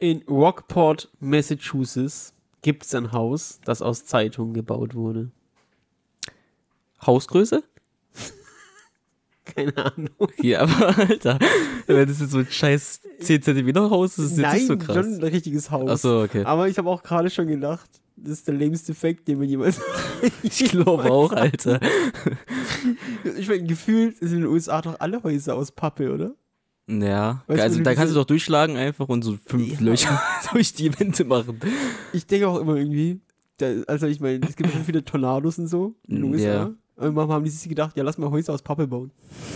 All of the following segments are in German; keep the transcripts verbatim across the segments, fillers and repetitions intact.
In Rockport, Massachusetts gibt es ein Haus, das aus Zeitungen gebaut wurde. Hausgröße? Keine Ahnung. Ja, aber Alter, wenn das jetzt so ein scheiß zehn Zentimeter Haus ist, ist Nein, jetzt nicht so krass. schon ein richtiges Haus. Ach so, okay. Aber ich habe auch gerade schon gedacht, das ist der lämste Fact, den man jemals... Ich glaube auch, Alter. Ich meine, gefühlt sind in den U S A doch alle Häuser aus Pappe, oder? Ja, Weißt also du, da diese- kannst du doch durchschlagen einfach und so fünf Ja. Löcher durch die Wände machen. Ich denke auch immer irgendwie, da, also ich meine, es gibt schon viele Tornados und so in den U S A. Ja. Und manchmal haben die sich gedacht, ja, lass mal Häuser aus Pappe bauen.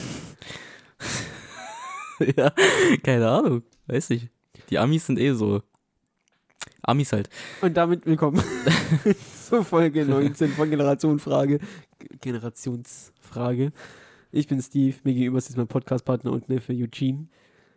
Ja, keine Ahnung, weiß nicht. Die Amis sind eh so. Amis halt. Und damit willkommen zur Folge neunzehn von Generationenfrage. G- Generationsfrage. Ich bin Steve, mir gegenüber ist mein Podcastpartner und Neffe Eugene.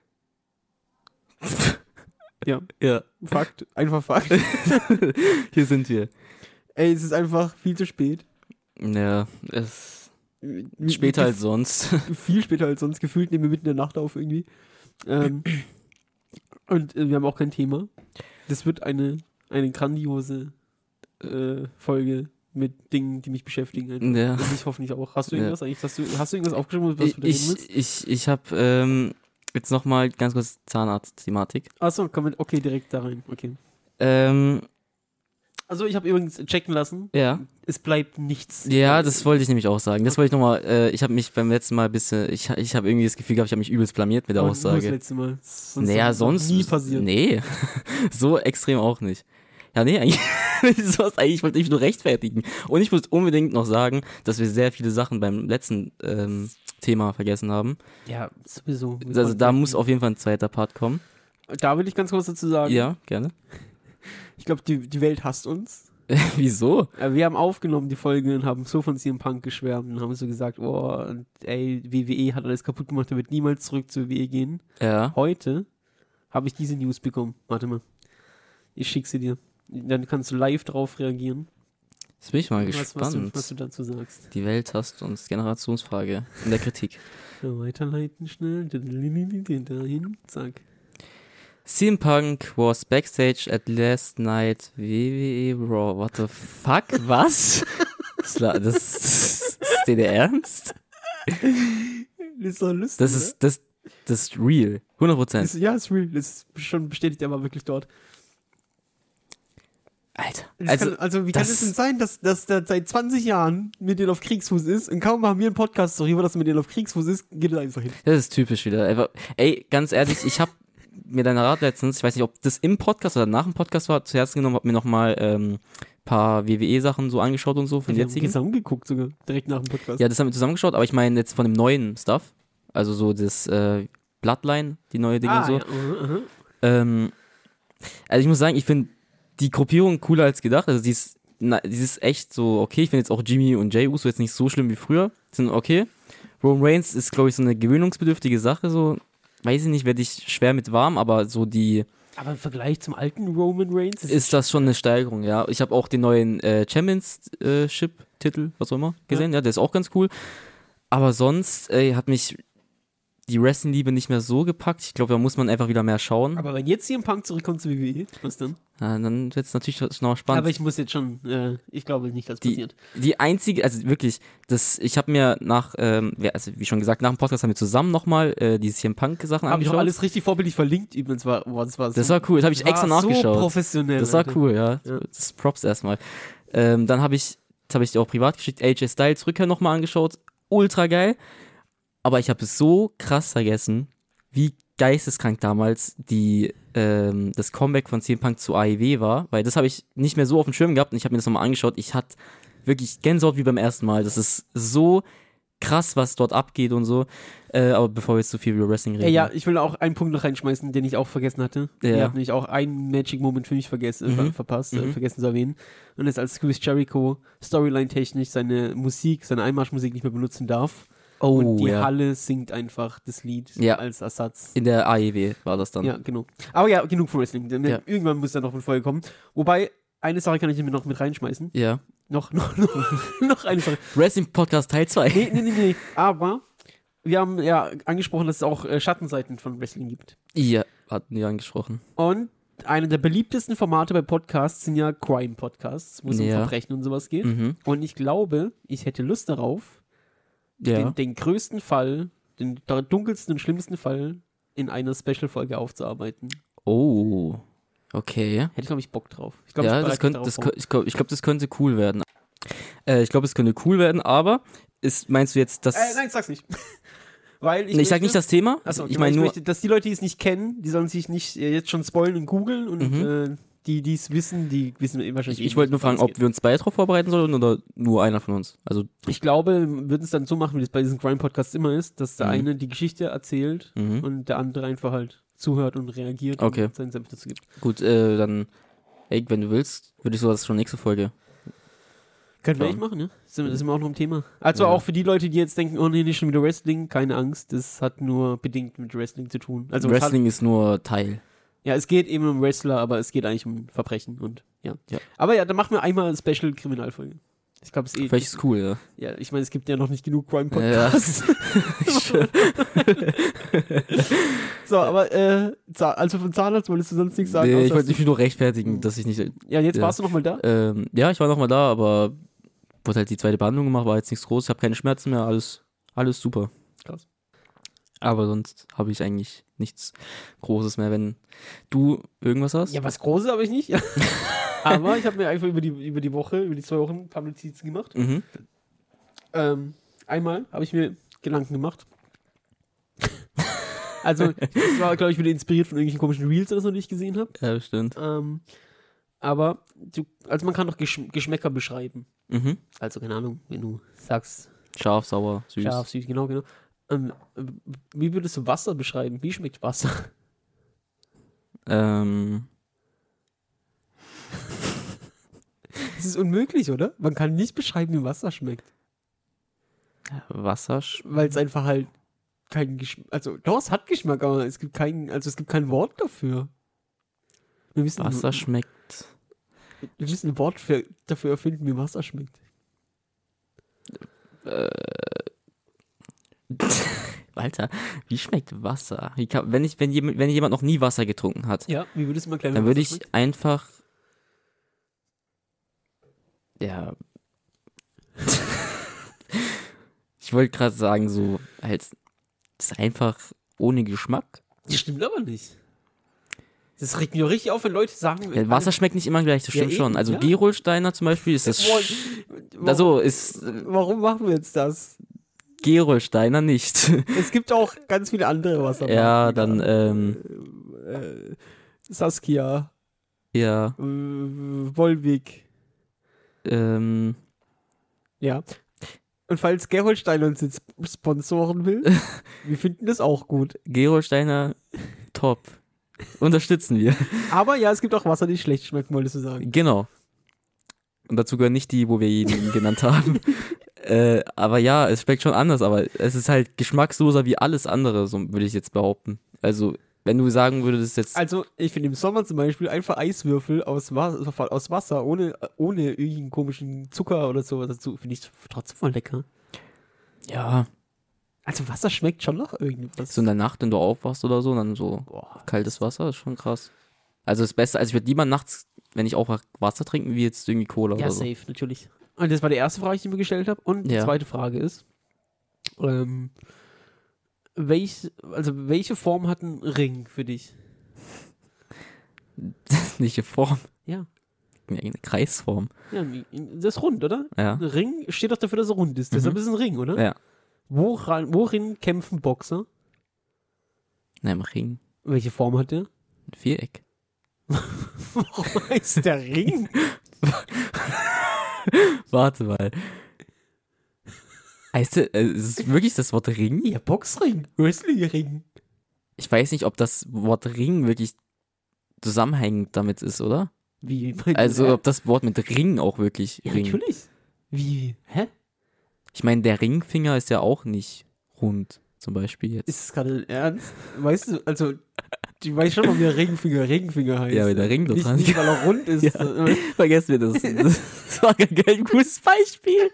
Ja, Ja, Fakt, einfach Fakt. hier sind wir. Ey, es ist einfach viel zu spät. Ja, es später als sonst. Viel später als sonst. Gefühlt nehmen wir mitten in der Nacht auf irgendwie. Ähm, und äh, wir haben auch kein Thema. Das wird eine, eine grandiose äh, Folge mit Dingen, die mich beschäftigen. Einfach. Ja. Und ich hoffentlich auch. Hast du Ja. irgendwas eigentlich? Hast du, hast du irgendwas aufgeschrieben, was du da reden Ich, willst? ich, ich habe ähm, jetzt nochmal ganz kurz Zahnarzt-Thematik. Achso, komm mit. Okay, direkt da rein. Okay. Ähm, Also ich habe übrigens checken lassen. ja. Es bleibt nichts. Ja, das wollte ich nämlich auch sagen. Das wollte ich nochmal, äh, ich habe mich beim letzten Mal ein bisschen, ich, ich habe irgendwie das Gefühl gehabt, ich habe mich übelst blamiert mit der Aber nur Das Aussage. letzte Mal. Sonst Naja, ist das noch sonst. nie passiert. Nee, so extrem auch nicht. Ja, nee, eigentlich, sowas, eigentlich wollte ich nur rechtfertigen. Und ich muss unbedingt noch sagen, dass wir sehr viele Sachen beim letzten ähm, Thema vergessen haben. Ja, sowieso. Also da muss auf jeden Fall ein zweiter Part kommen. Da will ich ganz kurz dazu sagen. Ja, gerne. Ich glaube, die, die Welt hasst uns. Wieso? Äh, Wir haben aufgenommen die Folge und haben so von C M Punk geschwärmt und haben so gesagt, oh, und, ey, W W E hat alles kaputt gemacht, er wird niemals zurück zur W W E gehen. Ja. Heute habe ich diese News bekommen. Warte mal. Ich schick sie dir. Dann kannst du live drauf reagieren. Jetzt bin ich mal Was, gespannt. was, du, was du dazu sagst. Die Welt hasst uns. Generationsfrage in der Kritik. So, weiterleiten schnell. Dahin. Zack. C M Punk was backstage at last night W W E Raw. What the fuck? Was? Das, la- das, das ist dir der Ernst? Das ist doch lustig. Das ist, das, das ist real. hundert oder? Prozent. Das, ja, ist real. Das ist schon bestätigt, er war wirklich dort. Alter. Das Also, kann, also wie kann das- es denn sein, dass, dass der seit zwanzig Jahren mit denen auf Kriegsfuß ist und kaum haben wir einen Podcast darüber, dass er mit denen auf Kriegsfuß ist, geht er einfach hin. das ist typisch wieder. Einfach, ey, ganz ehrlich, ich habe mir deine Rat letztens, ich weiß nicht, ob das im Podcast oder nach dem Podcast war, zu Herzen genommen, hab mir nochmal ähm, paar W W E-Sachen so angeschaut und so von Wir haben jetzigen. zusammengeguckt sogar, direkt nach dem Podcast. Ja, das haben wir zusammengeschaut, aber ich meine jetzt von dem neuen Stuff. Also so das äh, Bloodline, die neue Dinge ah, und so. ja. uh, uh, uh. Ähm, also ich muss sagen, ich finde die Gruppierung cooler als gedacht. Also die ist, na, die ist echt so okay. Ich finde jetzt auch Jimmy und Jey Uso jetzt nicht so schlimm wie früher. Sind okay. Roman Reigns ist, glaube ich, so eine gewöhnungsbedürftige Sache. So, weiß ich nicht, werde ich schwer mit warm, aber so die Aber im Vergleich zum alten Roman Reigns ist das schon eine Steigerung, ja. Ich habe auch den neuen äh, Championship-Titel, was auch immer, gesehen. Ja. ja, der ist auch ganz cool. Aber sonst ey, hat mich die Wrestling-Liebe nicht mehr so gepackt. Ich glaube, da muss man einfach wieder mehr schauen. Aber wenn jetzt C M Punk zurückkommt zu W W E, was dann? Ja, dann wird es natürlich noch spannend. Aber ich muss jetzt schon, äh, ich glaube nicht, dass Die, passiert. die einzige, also wirklich, das, ich habe mir nach, ähm, ja, also wie schon gesagt, nach dem Podcast haben wir zusammen nochmal äh, die C M Punk-Sachen Habe ich auch angeschaut. alles richtig vorbildlich verlinkt übrigens. War, boah, das war, Das so, war cool, das habe ich war extra so nachgeschaut. professionell. Das war Alter. cool, ja. Ja. Das ist Props erstmal. Ähm, dann habe ich, das habe ich dir auch privat geschickt, A J Styles Rückkehr nochmal angeschaut. Ultra geil. Aber ich habe es so krass vergessen, wie geisteskrank damals die, ähm, das Comeback von C M Punk zu A E W war, weil das habe ich nicht mehr so auf dem Schirm gehabt und ich habe mir das nochmal angeschaut. Ich hatte wirklich Gänsehaut wie beim ersten Mal. Das ist so krass, was dort abgeht und so. Äh, aber bevor wir jetzt zu viel über Wrestling reden. Ey, ja, ich will auch einen Punkt noch reinschmeißen, den ich auch vergessen hatte. Ja. Ihr habt nämlich auch einen Magic Moment für mich vergessen, äh, Mhm. ver verpasst, äh, Mhm. vergessen zu erwähnen. Und das als Chris Jericho Storyline-technisch seine Musik, seine Einmarschmusik nicht mehr benutzen darf. Oh, und die ja. Halle singt einfach das Lied Ja. als Ersatz. In der A E W war das dann. Ja, genau. Aber ja, genug von Wrestling. Denn Ja. Irgendwann muss da noch eine Folge kommen. Wobei, eine Sache kann ich mir noch mit reinschmeißen. Ja. Noch, noch, noch, noch eine Sache. Wrestling-Podcast Teil zwei. Nee, nee, nee, nee. Aber wir haben ja angesprochen, dass es auch äh, Schattenseiten von Wrestling gibt. Ja, hatten wir angesprochen. Und einer der beliebtesten Formate bei Podcasts sind ja Crime-Podcasts, wo es um Ja. Verbrechen und sowas geht. Mhm. Und ich glaube, ich hätte Lust darauf, Ja. den, den größten Fall, den dunkelsten und schlimmsten Fall in einer Special-Folge aufzuarbeiten. Oh. Okay. Hätte ich, glaube ich, Bock drauf. Ich glaub, Ja, ich das bereite könnte, mich das, darauf kö- ich glaube, ich glaub, das könnte cool werden. Äh, ich glaube, es könnte cool werden, aber ist, meinst du jetzt, dass... vor. Äh, nein, sag's nicht. Weil ich, nee, ich sag möchte- nicht das Thema. Achso, ich genau, meine nur... möchte, dass die Leute, die es nicht kennen, die sollen sich nicht äh, jetzt schon spoilen und googeln und Mhm. äh, die, die es wissen, die wissen eh wahrscheinlich. Ich, ich eh wollte nicht, nur fragen, worum es ob wir uns beide darauf vorbereiten sollen oder nur einer von uns. Also, geht. Ich glaube, wir würden es dann so machen, wie es bei diesen Crime-Podcasts immer ist, dass der Mhm. eine die Geschichte erzählt mhm. und der andere einfach halt zuhört und reagiert Okay. und seinen Senf dazu gibt. gut, äh, dann, ey, wenn du willst, würde ich sowas schon nächste Folge. Können wir Ja. echt machen, ne? Das sind, das sind wir auch noch im Thema. Also Ja. auch für die Leute, die jetzt denken, oh nee, nicht schon wieder Wrestling, keine Angst, das hat nur bedingt mit Wrestling zu tun. Also es Wrestling ist nur Teil. Hat, ja, es geht eben um Wrestler, aber es geht eigentlich um Verbrechen und ja. Ja. Aber ja, dann machen wir einmal eine Special-Kriminalfolge. Ich glaube, es ist eh. Vielleicht ist cool, ja. Ja, ich meine, es gibt ja noch nicht genug Crime-Podcasts. Schön. So, aber äh, Zahn- also von Zahnarzt wolltest du sonst nichts sagen? Nee, außer ich dass wollte mich nur rechtfertigen, dass ich nicht. du- Ja, jetzt ja. warst du nochmal da? Ähm, ja, ich war nochmal da, aber wurde halt die zweite Behandlung gemacht, war jetzt nichts groß. Ich habe keine Schmerzen mehr, alles, alles super. Krass. Aber sonst habe ich eigentlich nichts Großes mehr. Wenn du irgendwas hast? Ja, was Großes habe ich nicht. Aber ich habe mir einfach über die, über die Woche, über die zwei Wochen ein paar Notizen gemacht. Mhm. Ähm, einmal habe ich mir Gedanken gemacht. Also, das war, glaube ich, wieder inspiriert von irgendwelchen komischen Reels oder so, die ich gesehen habe. Ja, stimmt. Ähm, aber, du, also man kann doch Gesch Geschmäcker beschreiben. Mhm. Also, keine Ahnung, wenn du sagst, Scharf, sauer, süß. scharf, süß, genau, genau. Ähm, wie würdest du Wasser beschreiben? Wie schmeckt Wasser? Ähm, Das ist unmöglich, oder? Man kann nicht beschreiben, wie Wasser schmeckt. Wasser, sch- Weil es einfach halt keinen Geschmack, also doch, es hat Geschmack, aber es gibt keinen, also es gibt kein Wort dafür. Wir müssen, Wasser schmeckt. wir müssen ein Wort für, dafür erfinden, wie Wasser schmeckt. Alter, wie schmeckt Wasser? Wie kann, wenn, ich, wenn, jemand, wenn jemand noch nie Wasser getrunken hat, Ja, wie würdest du mal erklären, dann wie würde Wasser ich schmeckt? einfach. Ja. Ich wollte gerade sagen, so, halt, es ist einfach ohne Geschmack. Das stimmt aber nicht. Das regt mich auch richtig auf, wenn Leute sagen, Ja, Wasser schmeckt nicht immer gleich, das Ja, stimmt schon. eben, Also ja. Gerolsteiner zum Beispiel ist das. Boah, sch- warum, Also ist äh, warum machen wir jetzt das? Gerolsteiner nicht. Es gibt auch ganz viele andere Wassermarken. Ja, dann, ähm, Äh, Saskia, ja, äh, Volvic, ähm, ja. Und falls Gerolstein uns jetzt sponsoren will, wir finden das auch gut. Gerolsteiner, top. Unterstützen wir. Aber ja, es gibt auch Wasser, die schlecht schmecken, wolltest du sagen. Genau. Und dazu gehören nicht die, wo wir jeden genannt haben. Äh, aber ja, es schmeckt schon anders, aber es ist halt geschmacksloser wie alles andere, so würde ich jetzt behaupten. Also, wenn du sagen würdest jetzt, Also, ich finde im Sommer zum Beispiel einfach Eiswürfel aus, Wa aus Wasser, ohne, ohne irgendeinen komischen Zucker oder so dazu, finde ich trotzdem voll lecker. ja, Also Wasser schmeckt schon noch irgendwas. so in der Nacht, wenn du aufwachst oder so, dann so Boah. kaltes Wasser ist schon krass. Also das Beste, also ich würde lieber nachts, wenn ich aufwache, Wasser trinken, wie jetzt irgendwie Cola Ja, oder so. safe, natürlich. Und das war die erste Frage, die ich mir gestellt habe. Und die Ja. zweite Frage ist, ähm, welch, also welche Form hat ein Ring für dich? Welche Form? Ja. Eine Kreisform. Ja, das ist rund, oder? Ja. Ein Ring steht doch dafür, dass er rund ist. Deshalb Mhm. ist es ein Ring, oder? Ja. Woran, worin kämpfen Boxer? Nein, im Ring. Welche Form hat der? Ein Viereck. Warum heißt der Ring? Warte mal. Heißt der, äh, ist es wirklich das Wort Ring? Ja, Boxring. Wrestling-Ring. Ich weiß nicht, ob das Wort Ring wirklich zusammenhängend damit ist, oder? Wie? meinst du, Also, hä? ob das Wort mit Ring auch wirklich Ja, Ring. natürlich. Wie? Hä? Ich meine, der Ringfinger ist ja auch nicht rund, zum Beispiel jetzt. Ist es gerade ernst? Weißt du, also, ich weiß schon mal, wie der Ringfinger Ringfinger heißt. Ja, weil der Ring da nicht, dran nicht, weil er rund ist. Ja. Äh, Vergessen wir das. Das war kein gutes Beispiel.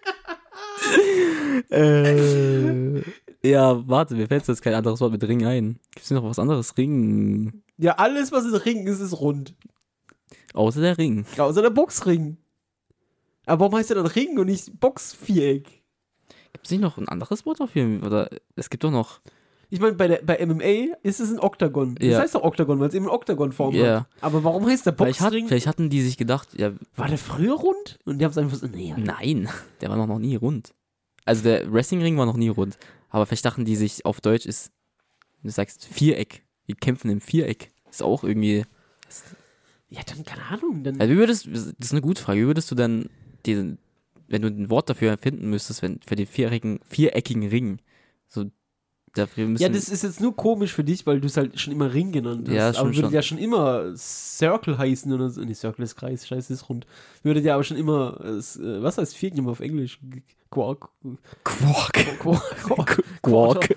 äh, ja, warte, mir fällt jetzt kein anderes Wort mit Ring ein. Gibt es noch was anderes? Ring. Ja, alles, was in Ringen ist, ist rund. Außer der Ring. Außer der Boxring. Aber warum heißt der dann Ring und nicht Boxviereck? Gibt es nicht noch ein anderes Wort dafür? Oder es gibt doch noch. Ich meine, bei, bei M M A ist es ein Oktagon. Das Ja. heißt doch Oktagon, weil es eben eine Oktagon-Form Ja. hat. Aber warum heißt der Vielleicht, hat, Boxring? vielleicht hatten die sich gedacht, ja, War der früher rund? Und die haben es einfach so, nee, nein, der war noch, noch nie rund. Also der Wrestlingring war noch nie rund. Aber vielleicht dachten die sich, auf Deutsch ist, du sagst Viereck. Die kämpfen im Viereck. Ist auch irgendwie. ja, dann keine Ahnung. Dann Also wie würdest, das ist eine gute Frage, wie würdest du denn diesen, wenn du ein Wort dafür finden müsstest, wenn, für den viereckigen, viereckigen Ring, so, dafür müssen. ja, das ist jetzt nur komisch für dich, weil du es halt schon immer Ring genannt hast. Ja, aber schon, würde schon. ja schon immer Circle heißen oder so. Nee, Circle ist Kreis, scheiße, ist rund. Würde ja aber schon immer, äh, was heißt Viereck nochmal auf Englisch? Quark. Quark. Quark. Quark. Quark.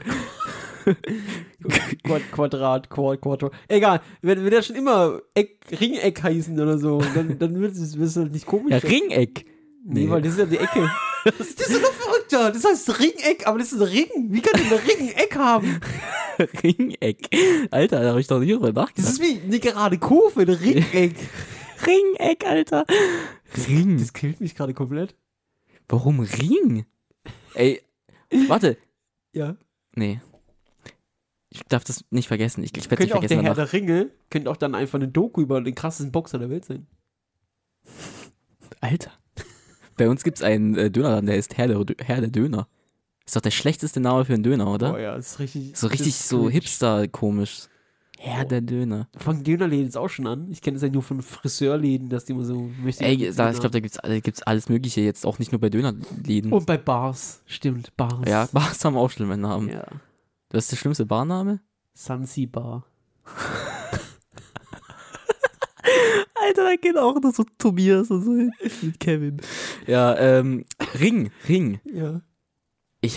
Quad, Quadrat, Quad, Quadrat. Egal, wenn, wenn der schon immer Eck, Ringeck heißen oder so, dann, dann wird es wird es halt nicht komisch. Ja, Ringeck. Nee, Nee. weil das ist ja die Ecke. das ist ja noch verrückter. Das heißt Ringeck, aber das ist ein Ring. Wie kann denn ein Ring ein Eck haben? Ringeck. Alter, da habe ich doch nie drüber Das nachgedacht. ist wie eine gerade Kurve, ein Ringeck. Ringeck, Alter. Ring. Das killt mich gerade komplett. Warum Ring? Ey, warte. Ja. Nee. Ich darf das nicht vergessen. Ich, ich werde Könnte nicht auch der vergessen Herr danach. der Ringe, könnte auch dann einfach eine Doku über den krassesten Boxer der Welt sein. Alter. Bei uns gibt es einen äh, Dönerladen, der ist Herr der, Herr der Döner. Ist doch der schlechteste Name für einen Döner, oder? Oh ja, das ist richtig. So richtig das ist so cringe. hipster-komisch. Herr Oh. der Döner. Fangen Dönerläden jetzt auch schon an. Ich kenne es ja nur von Friseurläden, dass die immer so. möchte Ey, ich da, ich glaube, da gibt's, da gibt's alles Mögliche jetzt, auch nicht nur bei Dönerläden. Und bei Bars. Stimmt, Bars. Ja, Bars haben auch schlimme Namen. Ja. Das ist der schlimmste Barname? Sansi Bar. Alter, da geht auch noch so Tobias und so mit Kevin. Ja, ähm, Ring, Ring. Ja. Ich,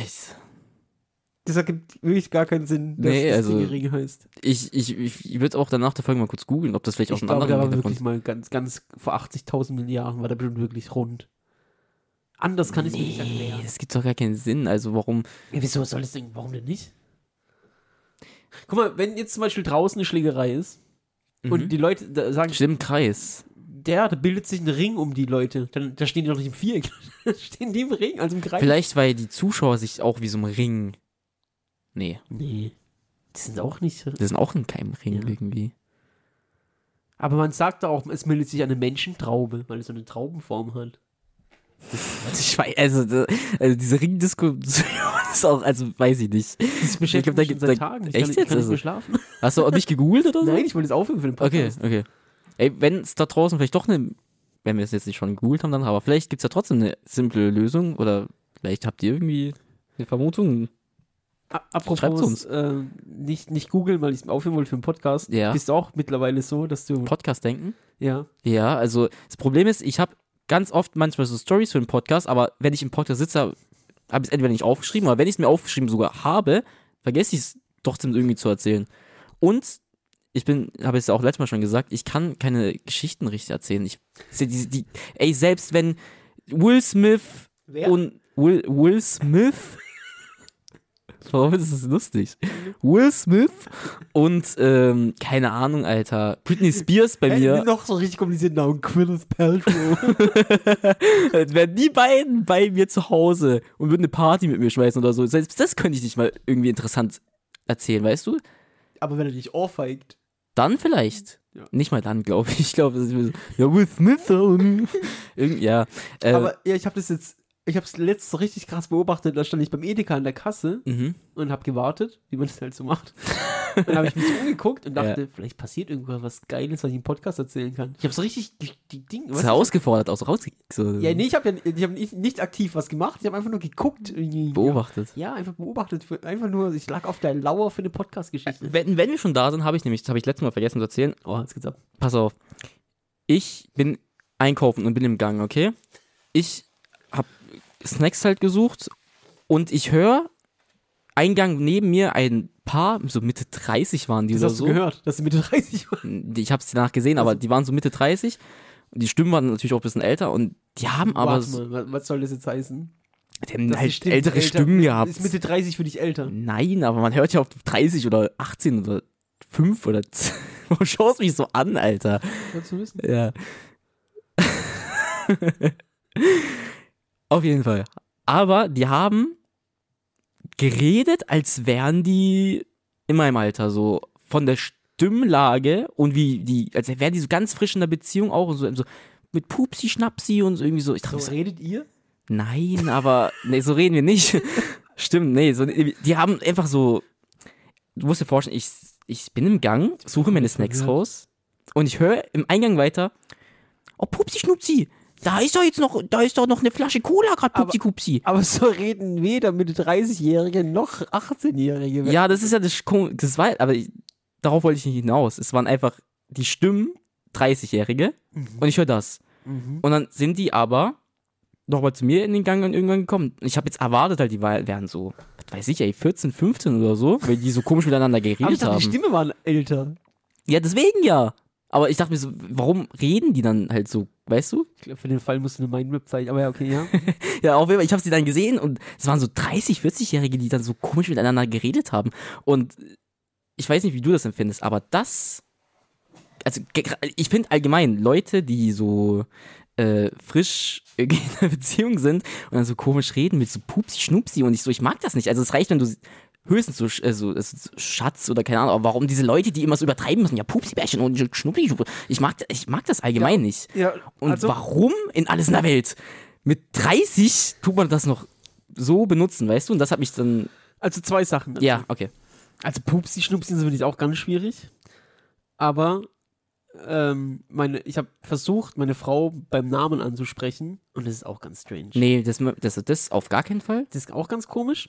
Das ergibt wirklich gar keinen Sinn, dass Nee, das also- Ding Ring heißt. ich, ich, ich würde auch danach der Folge mal kurz googeln, ob das vielleicht auch Ich einen glaube, der anderen war Hintergrund wirklich mal ganz, ganz vor achtzigtausend Jahren war der bestimmt wirklich rund. Anders kann ich es mir nicht Nee, erklären. das gibt doch gar keinen Sinn. Also warum? Ja, wieso soll das Ding, warum denn nicht? Guck mal, wenn jetzt zum Beispiel draußen eine Schlägerei ist und Mhm. die Leute da sagen, Stimmt, Kreis. der, da bildet sich ein Ring um die Leute, dann da stehen die doch nicht im Viereck, da stehen die im Ring, also im Kreis. Vielleicht, weil die Zuschauer sich auch wie so ein Ring. Nee, Nee, die sind auch nicht. das sind auch in keinem Ring Ja. irgendwie. Aber man sagt da auch, es bildet sich eine Menschentraube, weil es so eine Traubenform hat. Ich weiß, also, da- also diese Ringdiskussion ist auch, also weiß ich nicht. Das beschäftigt glaub, da mich schon gibt- seit da- Tagen. Ich echt kann, ich jetzt? kann nicht Also- mehr schlafen. Hast du auch nicht gegoogelt oder so? Nein, ich wollte es aufhören für den Okay, Podcast. okay. Ey, wenn es da draußen vielleicht doch eine, wenn wir es jetzt nicht schon gegoogelt haben, dann, aber vielleicht gibt es ja trotzdem eine simple Lösung oder vielleicht habt ihr irgendwie eine Vermutung. A- Schreibt's Apropos, uns. äh, nicht, nicht googeln, weil ich es aufhören wollte für den Podcast. Ja. Bist du auch mittlerweile so, dass du, Podcast denken? ja, Ja, also das Problem ist, ich habe ganz oft manchmal so Stories für den Podcast, aber wenn ich im Podcast sitze, habe ich es entweder nicht aufgeschrieben, aber wenn ich es mir aufgeschrieben sogar habe, vergesse ich es trotzdem irgendwie zu erzählen. Und ich bin, habe es ja auch letztes Mal schon gesagt, ich kann keine Geschichten richtig erzählen. Ich, die, die, die, ey, selbst wenn Will Smith Wer? und Will, Will Smith, warum ist das lustig? Will Smith und, ähm, keine Ahnung, Alter, Britney Spears bei Hey, mir. noch so richtig komplizierten Namen, Gwyneth Paltrow. Dann wären die beiden bei mir zu Hause und würden eine Party mit mir schmeißen oder so. Selbst das könnte ich nicht mal irgendwie interessant erzählen, weißt du? Aber wenn er dich ohrfeigt. Dann vielleicht. Ja. Nicht mal dann, glaube ich. Ich glaube, das ist so, ja, Will Smith. und- Irgend, ja. Äh, Aber ja, ich habe das jetzt, ich habe es letztens so richtig krass beobachtet, da stand ich beim Edeka an der Kasse mhm. und habe gewartet, wie man das halt so macht. Dann habe ich mich so umgeguckt und dachte, Ja. vielleicht passiert irgendwas was Geiles, was ich im Podcast erzählen kann. Ich habe so richtig die, die Dinge. Ist herausgefordert, auch so rausge... So Ja, nee, ich habe ja ich hab nicht, nicht aktiv was gemacht, ich habe einfach nur geguckt. Irgendwie. beobachtet. Ja, einfach beobachtet. Für, einfach nur, ich lag auf der Lauer für eine Podcast-Geschichte. Wenn, wenn wir schon da sind, habe ich nämlich, das habe ich letztes Mal vergessen zu erzählen. Oh, jetzt geht's ab. Pass auf. Ich bin einkaufen und bin im Gang, okay? Ich habe Snacks halt gesucht und ich höre Eingang neben mir ein Paar, so Mitte dreißig waren die Das oder hast so. du gehört, dass sie Mitte dreißig waren. Ich habe es danach gesehen, aber Also- die waren so Mitte dreißig. Und die Stimmen waren natürlich auch ein bisschen älter und die haben aber Warte so, mal, wa- was soll das jetzt heißen? die haben Dass die halt Stimmen ältere älter- Stimmen gehabt. Ist Mitte dreißig für dich älter? Nein, aber man hört ja auf dreißig oder achtzehn oder fünf oder Warum schaust du mich so an, Alter? Wolltest du wissen? Ja. Auf jeden Fall. Aber die haben geredet, als wären die in meinem Alter, so von der Stimmlage und wie die, als wären die so ganz frisch in der Beziehung auch und so, so mit Pupsi, Schnapsi und so irgendwie so. Ich dachte, So redet ihr? nein, aber nee, so reden wir nicht. Stimmt, nee, so, die haben einfach so, du musst dir vorstellen, ich, ich bin im Gang, suche meine Snacks Ja. raus und ich höre im Eingang weiter, oh Pupsi, Schnupsi, da ist doch jetzt noch, da ist doch noch eine Flasche Cola gerade, Pupsi, Kupsi. Aber so reden weder mit dreißig-Jährige noch achtzehn-Jährige. Ja, das ist ja das, Ko- das war, aber ich, darauf wollte ich nicht hinaus. Es waren einfach die Stimmen dreißig-Jährige und ich höre das. Mhm. Und dann sind die aber nochmal zu mir in den Gang und irgendwann gekommen. Ich habe jetzt erwartet, halt, die war- wären so, was weiß ich, ey, vierzehn, fünfzehn oder so, weil die so komisch miteinander Aber ich geredet dachte, die haben. Stimme waren älter. Ja, deswegen ja. Aber ich dachte mir so, warum reden die dann halt so, weißt du? Ich glaube, für den Fall musst du eine Mindmap zeigen. Aber ja, okay, ja. Ja, auf jeden Fall, ich habe sie dann gesehen und es waren so dreißig, vierzig-Jährige, die dann so komisch miteinander geredet haben. Und ich weiß nicht, wie du das empfindest, aber das, also ge- ich finde allgemein Leute, die so äh, frisch irgendwie in einer Beziehung sind und dann so komisch reden mit so Pupsi, Schnupsi und ich so, ich mag das nicht. Also es reicht, wenn du höchstens so, äh, so, so Schatz oder keine Ahnung, aber warum diese Leute, die immer so übertreiben müssen, ja Pupsi-Bärchen und Schnupsi, ich mag, ich mag das allgemein Ja, nicht. Ja, Und also, warum in alles in der Welt? Mit dreißig tut man das noch so benutzen, weißt du? Und das hat mich dann. also zwei Sachen. dazu. Ja, okay. Also Pupsi, Schnupsi finde ich auch ganz schwierig. Aber ähm, meine, ich habe versucht, meine Frau beim Namen anzusprechen und das ist auch ganz strange. Nee, das, das, das auf gar keinen Fall. Das ist auch ganz komisch.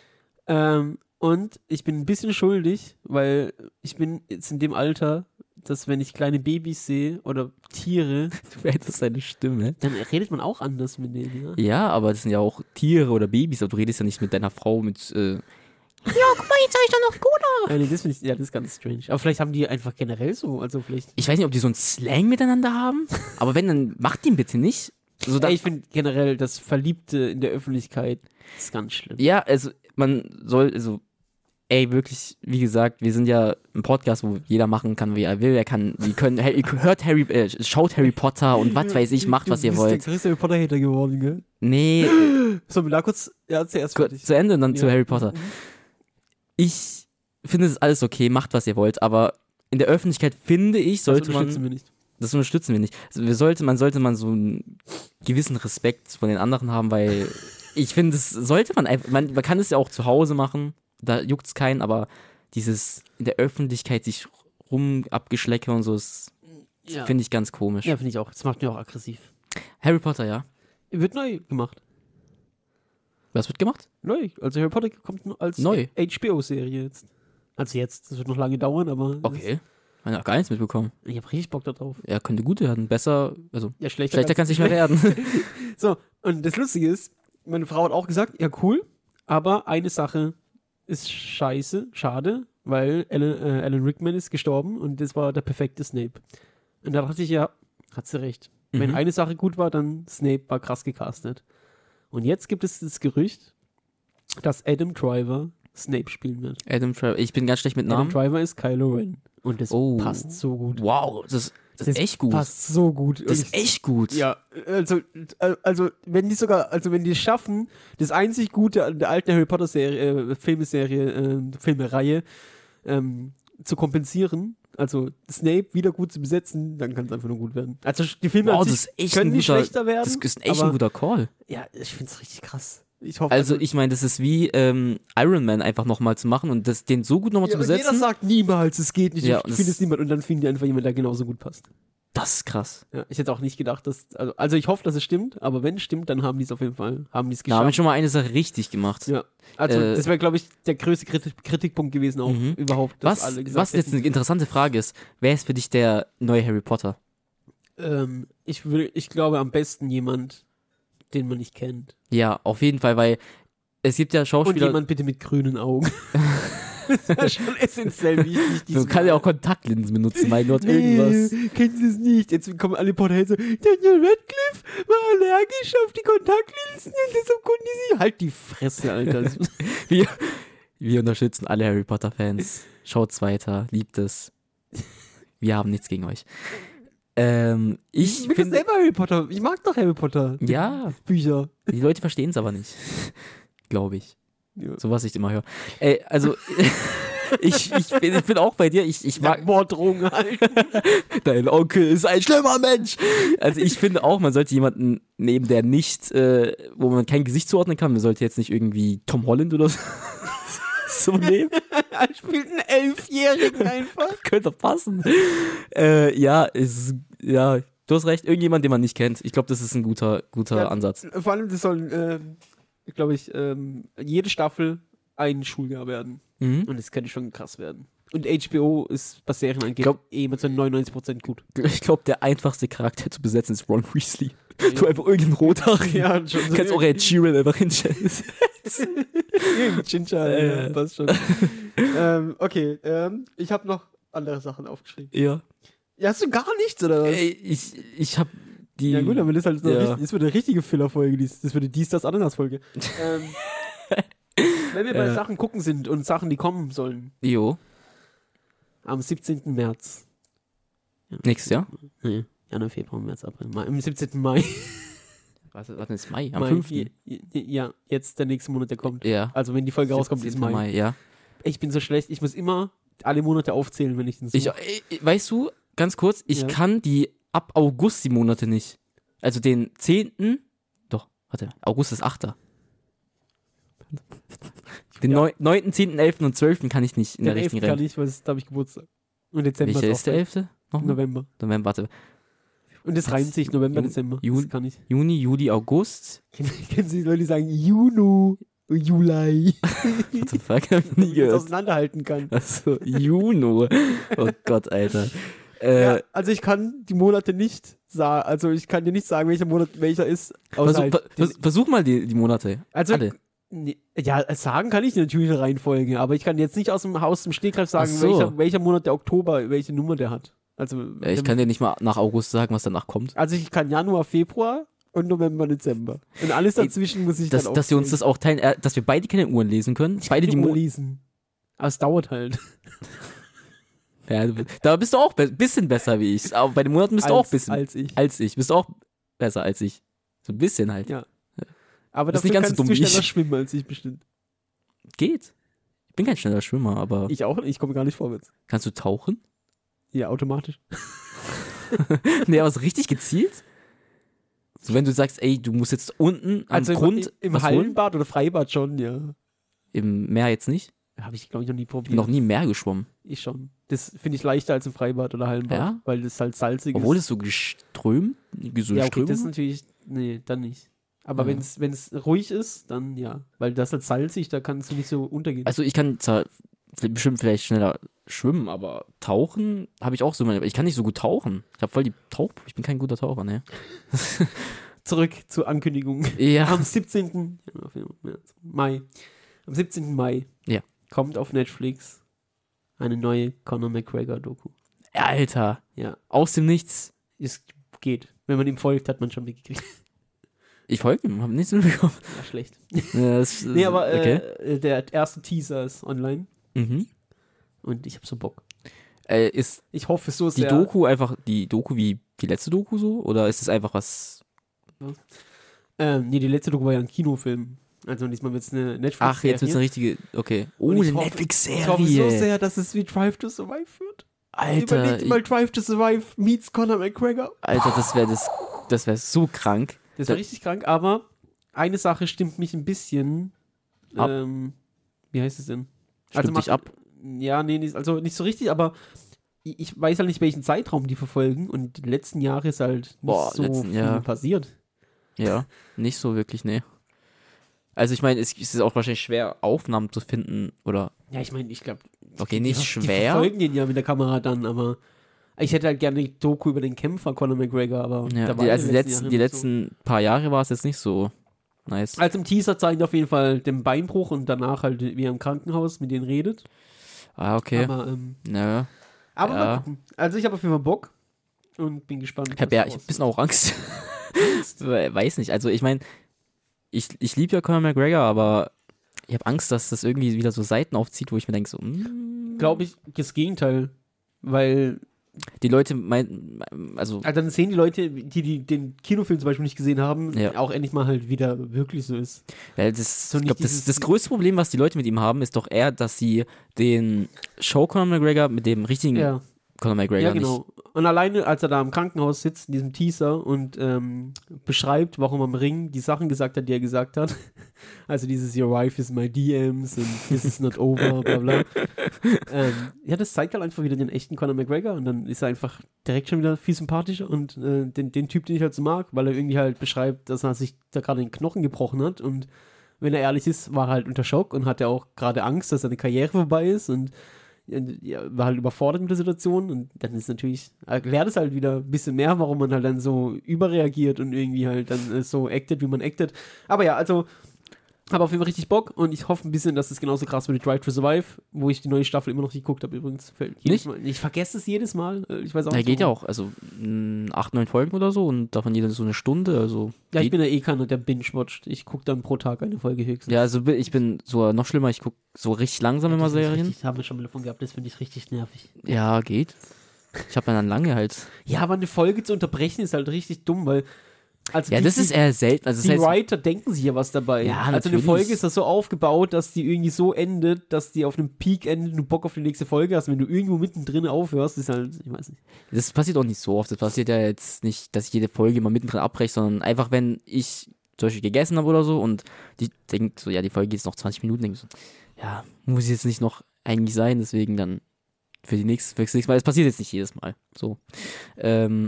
Ähm, und ich bin ein bisschen schuldig, weil ich bin jetzt in dem Alter, dass wenn ich kleine Babys sehe oder Tiere, Du hättest deine Stimme. dann redet man auch anders mit denen, ja? Ja, aber das sind ja auch Tiere oder Babys, aber du redest ja nicht mit deiner Frau mit. Äh ja, guck mal, jetzt habe ich doch noch Cola. Ja, nee, das finde ich, ja, das ist ganz strange. Aber vielleicht haben die einfach generell so, also vielleicht. Ich weiß nicht, ob die so einen Slang miteinander haben, aber wenn, dann macht den bitte nicht. So, Ja, ich finde generell das Verliebte in der Öffentlichkeit ist ganz schlimm. Ja, also man soll, also, ey, wirklich, wie gesagt, wir sind ja ein Podcast, wo jeder machen kann, wie er will. Er kann, wir können, Harry- hört Harry, äh, schaut Harry Potter und was weiß ich, macht, was ihr Du wollt. bist der größte Harry Potter-Hater geworden, gell? Nee, Sollen wir da kurz, ja, zuerst gut, fertig. zu Ende und dann zu Ja. Harry Potter. Ich finde, es ist alles okay, macht, was ihr wollt, aber in der Öffentlichkeit, finde ich, sollte das man, unterstützen wir nicht. das unterstützen wir nicht. Also wir sollte, man sollte man so einen gewissen Respekt von den anderen haben, weil ich finde, das sollte man einfach, man, man kann es ja auch zu Hause machen, da juckt es keinen, aber dieses in der Öffentlichkeit sich rum abgeschlecke und so, das Ja, finde ich ganz komisch. ja finde ich auch. Das macht mich auch aggressiv. Harry Potter, ja. Wird neu gemacht. Was wird gemacht? Neu. Also Harry Potter kommt nur als Neu? H B O-Serie jetzt. Also jetzt, das wird noch lange dauern, aber Okay. Ich habe gar nichts mitbekommen. das, ich habe richtig Bock da drauf. Ja, könnte gut werden. Besser, also Ja, schlechter, schlechter kann es nicht mehr werden. So, und das Lustige ist, meine Frau hat auch gesagt, ja cool, aber eine Sache ist scheiße, schade, weil Alan, äh, Alan Rickman ist gestorben und das war der perfekte Snape. Und da dachte ich, ja, hat sie recht. Wenn Mhm. eine Sache gut war, dann Snape war krass gecastet. Und jetzt gibt es das Gerücht, dass Adam Driver Snape spielen wird. Adam Driver. Ich bin ganz schlecht mit Adam Namen. Driver ist Kylo Ren. Und das Oh. passt so gut. Wow, das, das ist echt gut. Passt so gut. Das Und ist echt gut. Ja, also, äh, also wenn die sogar, also wenn die es schaffen, das einzig Gute an der alten Harry Potter Serie, äh, Filmeserie, äh, Filmereihe ähm, zu kompensieren, also Snape wieder gut zu besetzen, dann kann es einfach nur gut werden. Also die Filme Wow, an das sich ist echt können ein nicht guter, schlechter werden. das ist echt aber, ein guter Call. Ja, ich finde es richtig krass. Ich hoffe, Also ich meine, das ist wie ähm, Iron Man einfach nochmal zu machen und das, den so gut nochmal ja, zu und jeder besetzen. sagt niemals, es geht nicht, Ja, ich und finde das- es niemand und dann finden die einfach jemanden, der genauso gut passt. Das ist krass. Ja, ich hätte auch nicht gedacht, dass, also, also ich hoffe, dass es stimmt, aber wenn es stimmt, dann haben die es auf jeden Fall, haben die es Da haben wir geschafft. schon mal eine Sache richtig gemacht. Ja, also Äh, das wäre, glaube ich, der größte Kritik Kritikpunkt gewesen auch Mhm. überhaupt, dass Was, alle gesagt was jetzt hätten, eine interessante Frage ist, wer ist für dich der neue Harry Potter? ähm, ich, will, ich glaube am besten jemand, den man nicht kennt. Ja, auf jeden Fall, weil es gibt ja Und Schauspieler, jemand bitte mit grünen Augen. Das ist ja schon essentiell wichtig. du kannst ja auch Kontaktlinsen benutzen, weil dort irgendwas... Nee, kennen Sie es nicht? Jetzt kommen alle Potterheads so, Daniel Radcliffe war allergisch auf die Kontaktlinsen und deshalb konnten die sich... Halt die Fresse, Alter. Wir, wir unterstützen alle Harry Potter Fans. Schaut's weiter, liebt es. Wir haben nichts gegen euch. Ähm, ich Ich bin finde, selber Harry Potter. Ich mag doch Harry Potter. Die ja, Bücher. die Leute verstehen es aber nicht. Glaube ich. Ja. So was ich immer höre. Ey, also, ich, ich, bin, ich bin auch bei dir. Ich, ich mag. Morddrohungen halt. Dein Onkel ist ein schlimmer Mensch. Also, ich finde auch, man sollte jemanden nehmen, der nicht, äh, wo man kein Gesicht zuordnen kann. Man sollte jetzt nicht irgendwie Tom Holland oder so, so nehmen. Er spielt einen Elfjährigen einfach. Könnte passen. Äh, ja, ist, ja, du hast recht. Irgendjemand, den man nicht kennt. Ich glaube, das ist ein guter, guter Ja, Ansatz. Vor allem, das sollen, ähm, glaube ich, ähm, jede Staffel ein Schuljahr werden. Mhm. Und das könnte schon krass werden. Und H B O ist, was Serien angeht, Glaub- eh mit so neunundneunzig Prozent gut. Ich glaube, der einfachste Charakter zu besetzen ist Ron Weasley. Ja. Du einfach irgendeinen Rothaarigen. Ja, schon so Kannst auch Ed Sheeran einfach hinstellen. Ginger, Äh. ja, passt schon. ähm, okay, ähm, ich habe noch andere Sachen aufgeschrieben. Ja. Ja, hast du gar nichts, oder was? Ey, ich, ich hab die. Ja gut, aber das ist halt so ja. richtig, das wird eine richtige Filler-Folge, dies- das wird eine dies, das, Ananas-Folge. ähm, wenn wir bei Ja. Sachen gucken sind und Sachen, die kommen sollen, Jo. am siebzehnten März. Nix, ja? Nee, Januar, Februar, März, April, Mai. Am siebzehnten Mai. Was, was ist Mai? Am Mai, fünften Ja, ja, jetzt der nächste Monat, der kommt. Ja. Also wenn die Folge rauskommt, ist siebzehnten Mai. ja. Ich bin so schlecht, ich muss immer alle Monate aufzählen, wenn ich den suche. Ich, ey, weißt du, ganz kurz, ich Ja. kann die ab August die Monate nicht. Also den zehnten Doch, warte, August ist achter Den Ja. neunten zehnten elften und zwölften kann ich nicht in der der richtigen elfte kann Reihe. ich, weil es- da habe ich Geburtstag. Und Dezember Welcher auch ist der gleich. elfte Nochmal? November. November, warte. Und das reimt sich, November, Ju- Dezember. Juni- Das kann ich. Juni, Juli, August. Kennen Sie die Leute, die sagen Juni, Juli, What the fuck, hab ich damit nie ich das gehört. auseinanderhalten kann. Achso, Juno. Oh Gott, Alter. Äh, Ja, also ich kann die Monate nicht sagen, also ich kann dir nicht sagen, welcher Monat welcher ist. Außer versuch, halt ver- den- vers- versuch mal die, die Monate. also, alle. nee, ja, sagen kann ich natürlich eine Reihenfolge, aber ich kann jetzt nicht aus dem Haus zum Stegreif sagen, Ach so. welcher, welcher Monat der Oktober, welche Nummer der hat. Also, Ja, ich kann dir nicht mal nach August sagen, was danach kommt. also ich kann Januar, Februar und November, Dezember. Und alles Ey, dazwischen muss ich Dass, dann dass wir uns aufzählen. das auch teilen, äh, dass wir beide keine Uhren lesen können. Ich Beide kann die Uhr Monate. lesen. Aber es dauert halt. Ja, du- da bist du auch ein bisschen besser wie ich. Aber bei den Monaten bist du auch ein bisschen als ich. als ich. Bist du auch besser als ich. So ein bisschen halt. Ja. Aber Das ist dafür nicht ganz so kannst dumm du wie ich. schneller schwimmen als ich bestimmt. Geht. Ich bin kein schneller Schwimmer, aber Ich auch nicht, ich komme gar nicht vorwärts. kannst du tauchen? Ja, automatisch. Nee, aber so richtig gezielt? So, wenn du sagst, ey, du musst jetzt unten am Also im- Grund im was holen? Hallenbad oder Freibad schon, ja. Im Meer jetzt nicht? Habe ich, glaube ich, noch nie Ich bin probiert. noch nie im Meer geschwommen. Ich schon. Das finde ich leichter als im Freibad oder Hallenbad, Ja? weil das halt salzig Obwohl ist. es so geströmt, so Ja, okay, Strömung das ist natürlich, nee, dann nicht. Aber Ja. wenn es ruhig ist, dann ja. Weil das halt salzig, da kannst du nicht so untergehen. Also ich kann zwar bestimmt vielleicht schneller schwimmen, aber tauchen habe ich auch so meine. Ich kann nicht so gut tauchen. Ich habe voll die Tauch. Ich bin kein guter Taucher, ne? Zurück zur Ankündigung. Ja. Am siebzehnten März, Mai. Am siebzehnten Mai Ja. kommt auf Netflix eine neue Conor McGregor-Doku. Alter. Ja, Aus dem Nichts. es geht. Wenn man ihm folgt, hat man schon mitgekriegt. Ich folge ihm, habe nichts mitbekommen. Ja, schlecht. Ja, das, Nee, aber okay. äh, der erste Teaser ist online Mhm. und ich habe so Bock. Äh, ist Ich hoffe so die sehr. Doku einfach die Doku wie die letzte Doku so? Oder ist es einfach was. Ähm, nee, die letzte Doku war ja ein Kinofilm. Also diesmal wird es eine Netflix-Serie. Ach, jetzt wird es eine richtige. Okay. Oh, Und ich eine hoffe- Netflix-Serie. Ich hoffe so sehr, dass es wie Drive to Survive wird. Alter, Überlegt ich, mal Drive to Survive meets Conor McGregor. Alter, das wäre das, das wäre so krank. Das war Da- richtig krank, aber eine Sache stimmt mich ein bisschen. Ab. Ähm, wie heißt es denn? Stimmt dich ab. Ja, nee, nicht, also nicht so richtig, aber ich, ich weiß halt nicht, welchen Zeitraum die verfolgen und die letzten Jahre ist halt nicht Boah, so letzten- viel ja. passiert. Ja, nicht so wirklich, nee. Also ich meine, es es ist auch wahrscheinlich schwer, Aufnahmen zu finden oder. Ja, ich meine, ich glaube. Okay, nicht Die schwer. verfolgen den ja mit der Kamera dann, aber ich hätte halt gerne die Doku über den Kämpfer Conor McGregor, aber Ja, da war die, ja also die letzten, Jahre die nicht so. letzten paar Jahre war es jetzt nicht so nice. Also im Teaser zeigen auf jeden Fall den Beinbruch und danach halt, wie er im Krankenhaus mit denen redet. Ah, okay. Aber, ähm, Ja. aber Ja. mal gucken. Also ich habe auf jeden Fall Bock und bin gespannt. Herr was Bär, daraus ich habe ein bisschen auch Angst. Weiß nicht. Also ich meine, ich, ich liebe ja Conor McGregor, aber ich habe Angst, dass das irgendwie wieder so Seiten aufzieht, wo ich mir denke, so, mm, Glaube ich, das Gegenteil. Weil die Leute meinen, also, Also dann sehen die Leute, die, die den Kinofilm zum Beispiel nicht gesehen haben, Ja. auch endlich mal halt wieder wirklich so ist. weil das, So ich nicht glaube, das, dieses- das größte Problem, was die Leute mit ihm haben, ist doch eher, dass sie den Show Conor McGregor mit dem richtigen Ja, Conor McGregor ja nicht. genau. Und alleine, als er da im Krankenhaus sitzt, in diesem Teaser und ähm, beschreibt, warum am Ring die Sachen gesagt hat, die er gesagt hat. Also dieses Your wife is my D Ms und this is not over, bla bla. ähm, ja, das zeigt halt einfach wieder den echten Conor McGregor und dann ist er einfach direkt schon wieder viel sympathischer und äh, den, den Typ, den ich halt so mag, weil er irgendwie halt beschreibt, dass er sich da gerade den Knochen gebrochen hat und wenn er ehrlich ist, war er halt unter Schock und hatte auch gerade Angst, dass seine Karriere vorbei ist und ja, war halt überfordert mit der Situation und dann ist natürlich, erklärt es halt wieder ein bisschen mehr, warum man halt dann so überreagiert und irgendwie halt dann äh, so actet, wie man actet. Aber ja, also habe auf jeden Fall richtig Bock und ich hoffe ein bisschen, dass es genauso krass wird wie Drive to Survive, wo ich die neue Staffel immer noch nicht geguckt habe übrigens. Fällt jedes Nicht? Mal. Ich vergesse es jedes Mal. äh, Ich weiß auch Ja, nicht. geht ja warum. auch, also mh, acht, neun Folgen oder so und davon jeder so eine Stunde, also Ja, ich geht. bin ja eh keiner, der binge-watcht. Ich gucke dann pro Tag eine Folge höchstens. Ja, also bin- ich bin so noch schlimmer, ich gucke so richtig langsam immer Das finde ich Serien. Richtig, haben wir schon mal davon gehabt, das finde ich richtig nervig. Ja, geht. Ich habe dann lange halt. Ja, aber eine Folge zu unterbrechen ist halt richtig dumm, weil also Ja, die, das die, ist eher selten. Also das die heißt, Writer denken sich ja was dabei. Ja, also eine natürlich. Folge ist das so aufgebaut, dass die irgendwie so endet, dass die auf einem Peak endet und du Bock auf die nächste Folge hast. Wenn du irgendwo mittendrin aufhörst, ist halt, ich weiß nicht. das passiert auch nicht so oft. Das passiert ja jetzt nicht, dass ich jede Folge mal mittendrin abbreche, sondern einfach, wenn ich zum Beispiel gegessen habe oder so und die denkt so, ja, die Folge geht jetzt noch zwanzig Minuten, denke ich so, ja, muss jetzt nicht noch eigentlich sein, deswegen dann für die nächste, für das nächste Mal. Es passiert jetzt nicht jedes Mal. So. Ähm,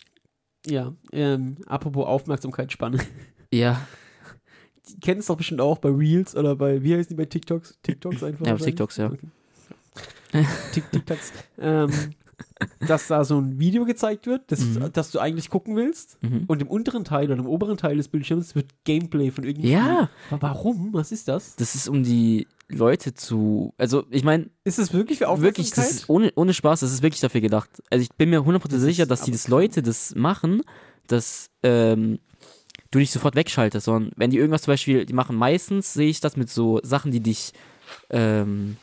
Ja, ähm, apropos Aufmerksamkeitsspanne. ja, Die kennen es doch bestimmt auch bei Reels oder bei, wie heißen die bei TikToks? TikToks einfach. Ja, wahrscheinlich? TikToks, ja. Okay. Tik- TikToks. ähm, dass da so ein Video gezeigt wird, das, Mhm. das du eigentlich gucken willst. mhm. Und im unteren Teil oder im oberen Teil des Bildschirms wird Gameplay von irgendeinem Ja. Spiel. Aber warum? Was ist das? Das ist um die Leute zu, also ich meine, Ist das wirklich für wirklich, Aufmerksamkeit? das ist ohne, ohne Spaß, das ist wirklich dafür gedacht. Also ich bin mir hundertprozentig Das ist sicher, dass die aber das krass. Leute das machen, dass ähm, du dich sofort wegschaltest, sondern wenn die irgendwas zum Beispiel, die machen meistens, sehe ich das mit so Sachen, die dich, ähm,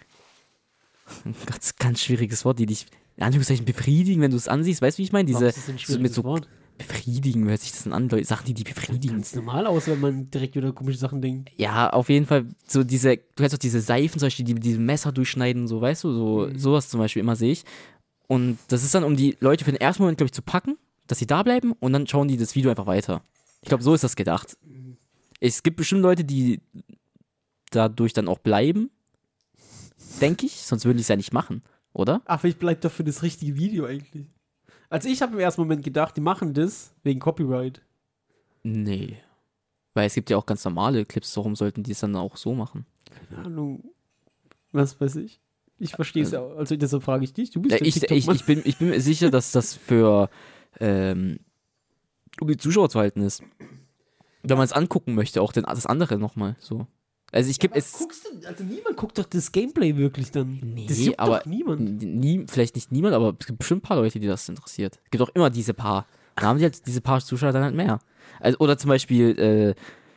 ganz, ganz schwieriges Wort, die dich in Anführungszeichen befriedigen, wenn du es ansiehst, weißt du, wie ich meine? Warum Diese, ist das denn ein so schwieriges mit so Wort? befriedigen, hört sich das denn an, Leute, Sachen, die die befriedigen. Ganz normal aus, wenn man direkt wieder komische Sachen denkt. Ja, auf jeden Fall, so diese, du kennst doch diese Seifen zum Beispiel, die mit diesem Messer durchschneiden, so, weißt du, so, Mhm. sowas zum Beispiel immer sehe ich. Und das ist dann, um die Leute für den ersten Moment, glaube ich, zu packen, dass sie da bleiben und dann schauen die das Video einfach weiter. Ich glaube, so ist das gedacht. Es gibt bestimmt Leute, die dadurch dann auch bleiben, denke ich, sonst würden die es ja nicht machen, oder? Ach, vielleicht bleibt doch für das richtige Video eigentlich. Also ich habe im ersten Moment gedacht, die machen das wegen Copyright. Nee. Weil es gibt ja auch ganz normale Clips, warum sollten die es dann auch so machen? Keine Ahnung. Was weiß ich. Ich verstehe es ja. Also deshalb frage ich dich. Du bist Ja, der ich, ich, TikTok-Mann. ich, bin, ich bin mir sicher, dass das für ähm, um die Zuschauer zu halten ist. Wenn man es angucken möchte, auch den, das andere nochmal so. Also ich gebe Aber es guckst du, also niemand guckt doch das Gameplay wirklich dann. Nee, das juckt aber doch niemand. nie, vielleicht nicht niemand, aber es gibt bestimmt ein paar Leute, die das interessiert. Es gibt auch immer diese paar. Dann haben die halt diese paar Zuschauer dann halt mehr. Also, oder zum Beispiel, äh,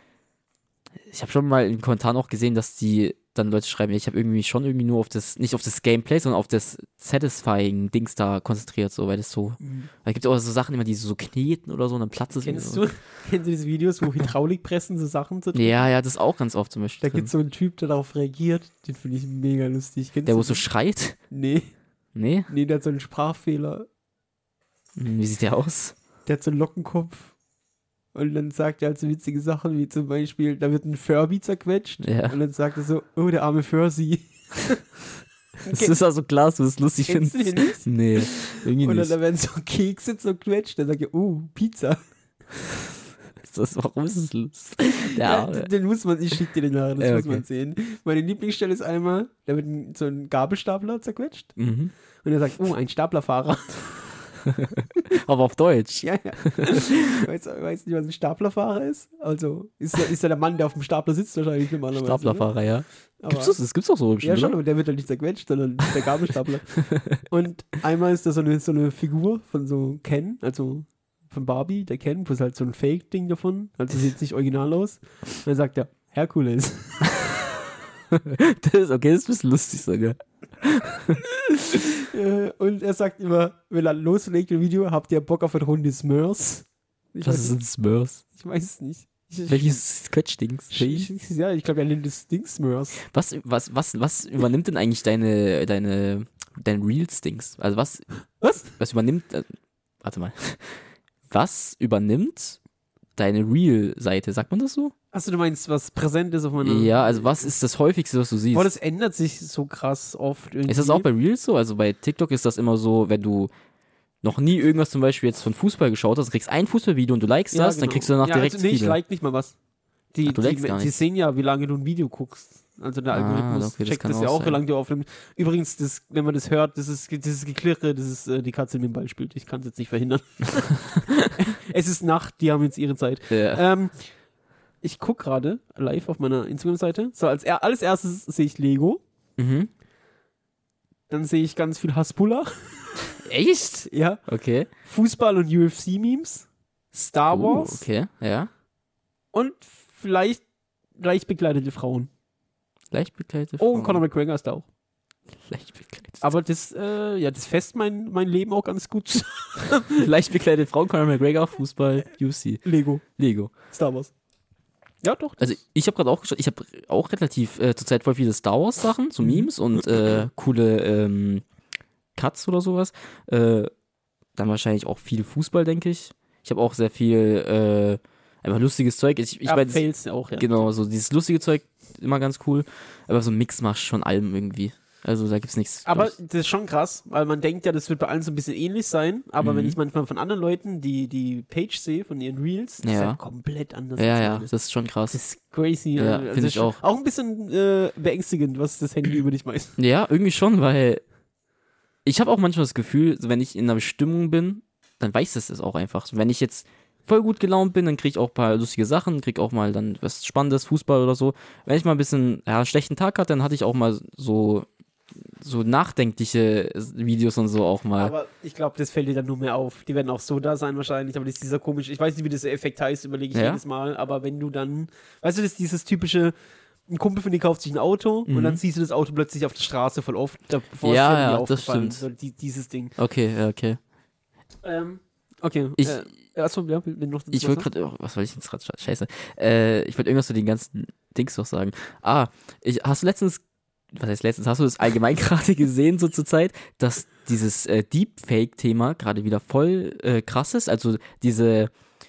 ich habe schon mal in den Kommentaren auch gesehen, dass die dann Leute schreiben, ja, ich habe irgendwie schon irgendwie nur auf das, nicht auf das Gameplay, sondern auf das satisfying Dings da konzentriert, so, weil das so, Mhm. da gibt es auch so Sachen immer, die so kneten oder so und dann platzt es. Kennst so. du, kennst du diese Videos, wo Hydraulikpressen so Sachen zu tun? Ja, ja, das ist auch ganz oft zum Beispiel. Da drin. gibt es so einen Typ, der darauf reagiert. Den finde ich mega lustig. Kennst Der, du wo so den? schreit? Nee, Nee? nee, der hat so einen Sprachfehler. Hm, Wie sieht der aus? Der hat so einen Lockenkopf. Und dann sagt er halt so witzige Sachen, wie zum Beispiel, da wird ein Furby zerquetscht. Ja. Und dann sagt er so, oh, der arme Furby. Das ist also klar, dass du das lustig Kennst du findest. den nicht? Nee, irgendwie Und dann, nicht. dann werden so Kekse zerquetscht. Dann sagt er, oh, Pizza. Ist das, warum ist es lustig? Der Ja, Arme. den, den muss man, ich schick dir den nachher, das Ja, muss okay. man sehen. Meine Lieblingsstelle ist einmal, da wird ein, so ein Gabelstapler zerquetscht. Mhm. Und er sagt, oh, ein Staplerfahrer. Aber auf Deutsch. Ja, ja. Weißt du weißt nicht, was ein Staplerfahrer ist? Also, ist ja, ist ja der Mann, der auf dem Stapler sitzt wahrscheinlich normalerweise. Oder? Staplerfahrer, ja. Aber- Gibt's das? Das gibt's doch so bestimmt, Ja, schon, oder? aber der wird halt nicht zerquetscht, sondern der Gabelstapler. Und einmal ist da so eine, so eine Figur von so Ken, also von Barbie, der Ken, wo ist halt so ein Fake-Ding davon, also sieht nicht original aus. Und dann sagt er, Herkules. Das ist okay, das ist ein bisschen lustig sogar. äh, und er sagt immer, wenn er loslegt im Video, habt ihr Bock auf eine Runde Smurfs? Ich Was weiß ist nicht. ein Smurfs? Ich weiß es nicht. Ich, Welches Quetschdings? ich, ich, ja, ich glaube, er nennt es Dings Smurfs. Was, was, was, was übernimmt denn eigentlich deine, deine, dein Reels-Dings? Also was, Was? was übernimmt, äh, warte mal, was übernimmt deine Reel-Seite? Sagt man das so? Achso, du meinst, was präsent ist auf meiner... Ja, also was ist das häufigste, was du siehst? Boah, das ändert sich so krass oft irgendwie. Ist das auch bei Reels so? Also bei TikTok ist das immer so, wenn du noch nie irgendwas zum Beispiel jetzt von Fußball geschaut hast, kriegst ein Fußballvideo und du likest Ja, das, genau. dann kriegst du danach ja, direkt also, nee, ich viele. like nicht mal was. Die, Ach, du die, likest gar die nichts. sehen ja, wie lange du ein Video guckst. Also der Ah, Algorithmus okay, das checkt kann das ja auch auch, wie sein. lange du aufnimmst. Übrigens, das, wenn man das hört, das ist dieses Geklirre, das ist äh, die Katze, die mit dem Ball spielt. Ich kann es jetzt nicht verhindern. Es ist Nacht, die haben jetzt ihre Zeit. Ja. Ähm, ich gucke gerade live auf meiner Instagram-Seite. So, als er, alles erstes sehe ich Lego. Mhm. Dann sehe ich ganz viel Hasbulla. Echt? Ja. Okay. Fußball und U F C-Memes. Star Oh, Wars. okay, ja. Und vielleicht leicht bekleidete Frauen. Leicht bekleidete Oh, und Frauen. Conor McGregor ist da auch. Leicht bekleidet. Aber das, äh, ja, das fest mein, mein Leben auch ganz gut. Leicht bekleidete Frauen, Conor McGregor, Fußball, U F C, Lego, Lego. Star Wars. Ja, doch. Also ich habe gerade auch geschaut, ich habe auch relativ äh, zurzeit voll viele Star Wars Sachen, so Memes und äh, coole ähm, Cuts oder sowas. Äh, dann wahrscheinlich auch viel Fußball, denke ich. Ich habe auch sehr viel äh, einfach lustiges Zeug. Ich, ich ja, weiß, Fails auch, ja. genau, so dieses lustige Zeug, immer ganz cool. Aber so ein Mix machst schon allem irgendwie. Also da gibt's nichts. Aber glaub ich. das ist schon krass, weil man denkt ja, das wird bei allen so ein bisschen ähnlich sein, aber Mhm. wenn ich manchmal von anderen Leuten die, die Page sehe, von ihren Reels, das ist Ja. ja komplett anders. Ja, als ja, meine. das ist schon krass. Das ist crazy. Ja, also find ich schon- auch. Auch ein bisschen äh, beängstigend, was das Handy über dich meint. Ja, irgendwie schon, weil ich habe auch manchmal das Gefühl, so wenn ich in einer Stimmung bin, dann weiß es das auch einfach. So, wenn ich jetzt voll gut gelaunt bin, dann kriege ich auch ein paar lustige Sachen, krieg auch mal dann was Spannendes, Fußball oder so. Wenn ich mal ein bisschen ja, einen schlechten Tag hatte, dann hatte ich auch mal so so nachdenkliche Videos und so auch mal. Aber ich glaube, das fällt dir dann nur mehr auf. Die werden auch so da sein wahrscheinlich, aber das ist dieser komische, ich weiß nicht, wie dieser Effekt heißt, überlege ich Ja. jedes Mal, aber wenn du dann, weißt du, das ist dieses typische, ein Kumpel von dir kauft sich ein Auto Mhm. und dann siehst du das Auto plötzlich auf der Straße voll oft, da- bevor Ja, es dir ja, nie das aufgefallen. stimmt. So, die, dieses Ding. Okay, ja, okay. Ähm, okay. Ich- äh, achso, ja, wenn noch Ich wollte gerade, oh, was wollte ich jetzt gerade, scheiße. Äh, ich wollte irgendwas zu den ganzen Dings noch sagen. Ah, ich, hast du letztens, was heißt letztens, hast du das allgemein gerade gesehen, so zur Zeit, dass dieses äh, Deepfake-Thema gerade wieder voll äh, krass ist? Also diese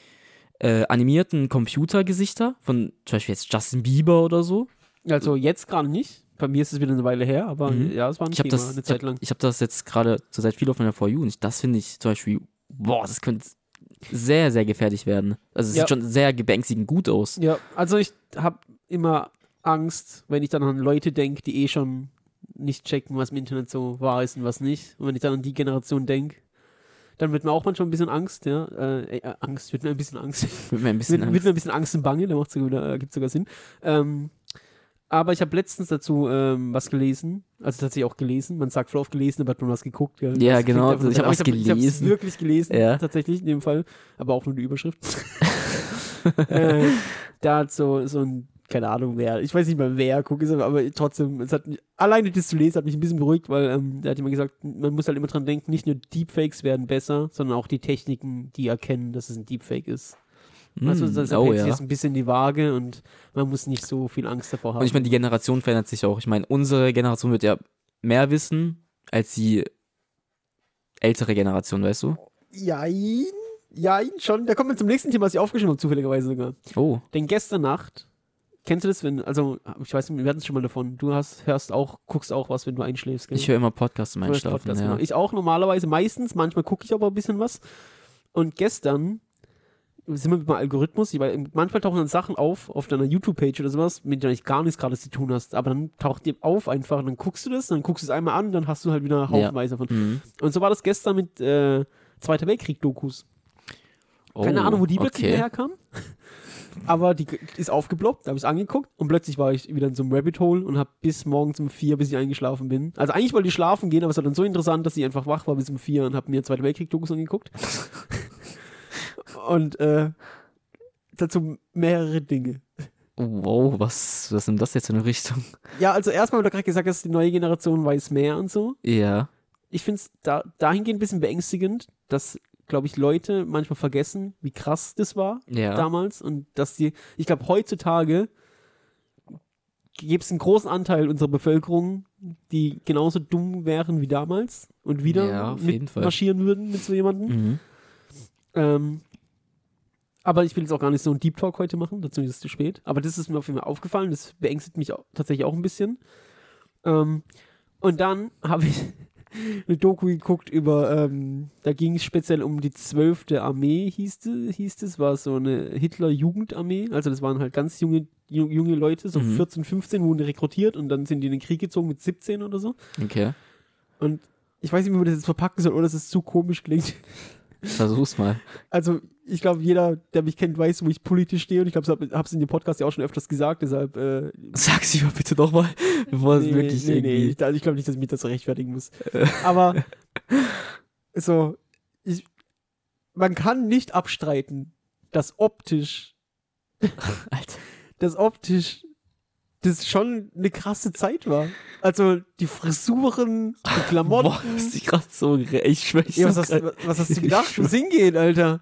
äh, animierten Computergesichter von zum Beispiel jetzt Justin Bieber oder so. Also jetzt gerade nicht. Bei mir ist es wieder eine Weile her, aber Mhm. ja, es war ein Ich habe Thema, das, eine ich Zeit hab, lang. ich hab das jetzt gerade zurzeit viel auf meiner For You und ich, das finde ich zum Beispiel, boah, das könnte sehr, sehr gefährlich werden. Also es Ja. sieht schon sehr beängstigend gut aus. Ja, also ich habe immer Angst, wenn ich dann an Leute denke, die eh schon nicht checken, was im Internet so wahr ist und was nicht. Und wenn ich dann an die Generation denke, dann wird mir auch manchmal ein bisschen Angst, ja. Äh, äh, Angst, wird mir ein bisschen Angst. Wird mir ein bisschen wird, wird mir ein bisschen Angst und Bange, da macht sogar, äh, gibt sogar Sinn. Ähm, aber ich habe letztens dazu ähm, was gelesen, also tatsächlich auch gelesen. Man sagt voll oft gelesen, aber hat man was geguckt. Gell? Ja, Das klingt genau, einfach- ich hab aber was Ich habe es gelesen. wirklich gelesen, Ja. tatsächlich in dem Fall, aber auch nur die Überschrift. äh, da hat so, so ein, keine Ahnung wer, ich weiß nicht mal wer, guck es, aber, aber trotzdem, es hat mich, alleine das zu lesen hat mich ein bisschen beruhigt, weil ähm, der hat immer gesagt, man muss halt immer dran denken, nicht nur Deepfakes werden besser, sondern auch die Techniken, die erkennen, dass es ein Deepfake ist. Also das oh, hält sich ja. jetzt ein bisschen die Waage und man muss nicht so viel Angst davor haben. Und ich meine, die Generation verändert sich auch. Ich meine, unsere Generation wird ja mehr wissen als die ältere Generation, weißt du? Jein, jein, schon. Da kommen wir zum nächsten Thema, was ich aufgeschrieben habe, zufälligerweise sogar. Oh, Denn gestern Nacht, kennst du das, wenn, also, ich weiß nicht, wir hatten es schon mal davon, du hast, hörst auch, guckst auch was, wenn du einschläfst, gell? ich höre immer Podcasts zum Du hörst Einschlafen. Podcasts, Ja. genau. Ich auch normalerweise, meistens, manchmal gucke ich aber ein bisschen was. Und gestern sind wir mit meinem Algorithmus, weil manchmal tauchen dann Sachen auf, auf deiner YouTube-Page oder sowas, mit denen du eigentlich gar nichts gerade zu tun hast, aber dann taucht die auf einfach und dann guckst du das, dann guckst du es einmal an, dann hast du halt wieder haufenweise davon. Mhm. Und so war das gestern mit äh, Zweiter Weltkrieg-Dokus. Keine Oh, Ahnung, wo die plötzlich okay. herkam. Aber die ist aufgeploppt, da habe ich es angeguckt und plötzlich war ich wieder in so einem Rabbit Hole und habe bis morgens um vier, bis ich eingeschlafen bin. Also eigentlich wollte ich schlafen gehen, aber es war dann so interessant, dass ich einfach wach war bis um vier und habe mir Zweiter Weltkrieg-Dokus angeguckt. Und äh, dazu mehrere Dinge. Wow, was, was nimmt das jetzt in eine Richtung? Ja, also erstmal, weil du gerade gesagt hast, die neue Generation weiß mehr und so. Ja. Ich finde es da, dahingehend ein bisschen beängstigend, dass, glaube ich, Leute manchmal vergessen, wie krass das war Ja. damals und dass die, ich glaube, heutzutage gibt es einen großen Anteil unserer Bevölkerung, die genauso dumm wären wie damals und wieder Ja, auf jeden Fall. mitmarschieren würden mit so jemandem. Mhm. Ähm, aber ich will jetzt auch gar nicht so einen Deep Talk heute machen, dazu ist es zu spät. Aber das ist mir auf jeden Fall aufgefallen, das beängstigt mich auch, tatsächlich auch ein bisschen. Ähm, und dann habe ich eine Doku geguckt über, ähm, da ging es speziell um die zwölfte Armee, hieß, hieß es, war so eine Hitler-Jugendarmee, also das waren halt ganz junge, ju- junge Leute, so Mhm. vierzehn, fünfzehn wurden rekrutiert und dann sind die in den Krieg gezogen mit siebzehn oder so. Okay. Und ich weiß nicht, wie man das jetzt verpacken soll, oder dass es zu komisch klingt. Versuch's mal. Also, ich glaube, jeder, der mich kennt, weiß, wo ich politisch stehe und ich glaube, ich habe es in dem Podcast ja auch schon öfters gesagt, deshalb äh, Sag sie mal bitte doch mal, bevor es nee, wirklich nee, irgendwie... nee, ich, also ich glaube nicht, dass ich mich das rechtfertigen muss. Aber so, ich, man kann nicht abstreiten, dass optisch, Alter. dass optisch das schon eine krasse Zeit war. Also die Frisuren, die Klamotten. Boah, ist die gerade so... Ich schwöre, ich Ja, was, so hast, grad- was hast du gedacht, wo es hingeht, Alter?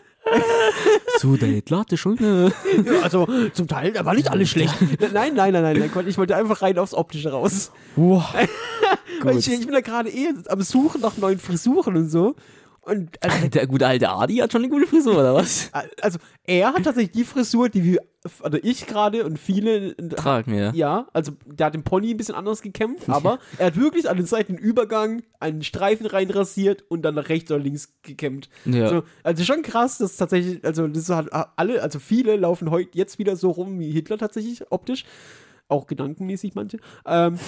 So, der Hitler hatte schon eine... Ja, also zum Teil, da war nicht alles schlecht. Nein, nein, nein, nein, nein, ich wollte einfach rein aufs Optische raus. Wow. Weil Gut. ich, ich bin da gerade eh am Suchen nach neuen Frisuren und so. Und also, Der gute alte Adi hat schon eine gute Frisur, oder was? also er hat tatsächlich die Frisur, die wir, oder ich gerade und viele Tragen, ja. ja, also der hat den Pony ein bisschen anders gekämmt, aber er hat wirklich an den Seiten einen Übergang, einen Streifen reinrasiert und dann nach rechts oder links gekämmt. Ja. So, also schon krass, dass tatsächlich, also das hat alle, also viele laufen heute jetzt wieder so rum wie Hitler tatsächlich, optisch. Auch gedankenmäßig manche. Ähm,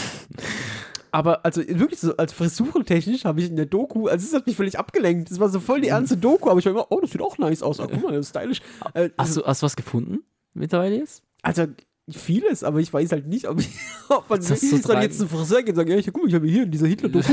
aber also wirklich so als frisurentechnisch habe ich in der Doku, also es hat mich völlig abgelenkt. Das war so voll die ernste Doku, aber ich war immer, oh, das sieht auch nice aus. Oh, guck mal, das ist stylisch. Äh, Hast du, hast du was gefunden mittlerweile jetzt? Also vieles, aber ich weiß halt nicht, ob, ich, ob man Das hast wirklich du soll dran- jetzt zum Friseur gehen und sagen, ja, ich, guck mal, ich habe hier in dieser Hitler-Doku.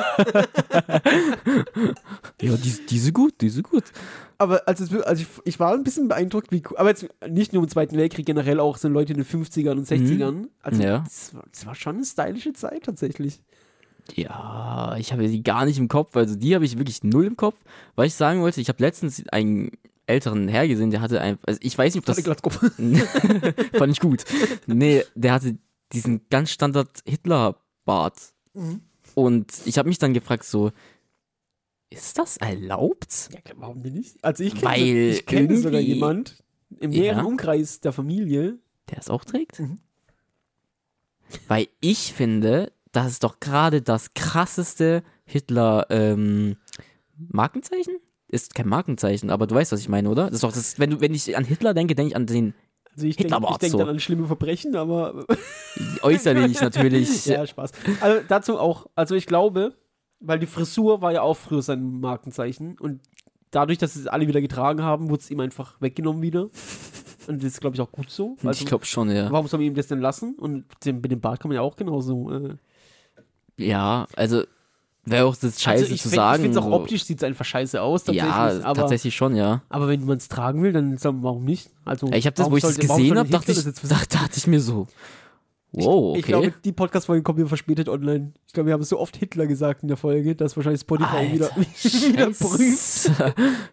Ja, die, die sind gut, die sind gut. aber also, es, wir- also ich, ich war ein bisschen beeindruckt, wie cool- aber jetzt nicht nur im Zweiten Weltkrieg, generell auch so Leute in den fünfzigern und sechzigern. Also Ja. das, war, das war schon eine stylische Zeit tatsächlich. Ja, ich habe die gar nicht im Kopf, also die habe ich wirklich null im Kopf. Was ich sagen wollte, ich habe letztens einen älteren Herr gesehen, der hatte ein, also ich weiß nicht, ob Hatte das, Glatzkopf. fand ich gut. Nee, der hatte diesen ganz Standard Hitler-Bart. Mhm. Und ich habe mich dann gefragt so, ist das erlaubt? Ja, warum denn nicht? Also ich kenne Weil ich kenne sogar irgendwie- jemand im Ja. näheren Umkreis der Familie. Der es auch trägt? Mhm. Weil ich finde, das ist doch gerade das krasseste Hitler ähm, Markenzeichen? Ist kein Markenzeichen, aber du weißt, was ich meine, oder? Das ist doch das, wenn du, wenn ich an Hitler denke, denke ich an den Also ich denke Hitlerbart denk so. dann an schlimme Verbrechen, aber äußerlich natürlich. ja, Spaß. Also dazu auch, also ich glaube, weil die Frisur war ja auch früher sein Markenzeichen und dadurch, dass sie es alle wieder getragen haben, wurde es ihm einfach weggenommen wieder. Und das ist, glaube ich, auch gut so. Also, ich glaube schon, ja. warum soll man ihm das denn lassen? Und den, mit dem Bart kann man ja auch genauso. Äh, Ja, also wäre auch das Scheiße also ich zu find- sagen. Ich finde es auch so. optisch, sieht es einfach scheiße aus, tatsächlich. Ja, aber, tatsächlich schon, ja. aber wenn man es tragen will, dann sagen wir, warum nicht? Also, Ich habe das, warum wo ich das sollte- warum gesehen soll habe, dachte Hitler ich, das jetzt versuchen? da, dachte ich mir so, wow, okay. Ich glaube, die Podcast-Folge kommt wieder verspätet online. Ich glaube, wir haben so oft Hitler gesagt in der Folge, dass wahrscheinlich Spotify Alter, wieder, wieder prüft. Scheiße.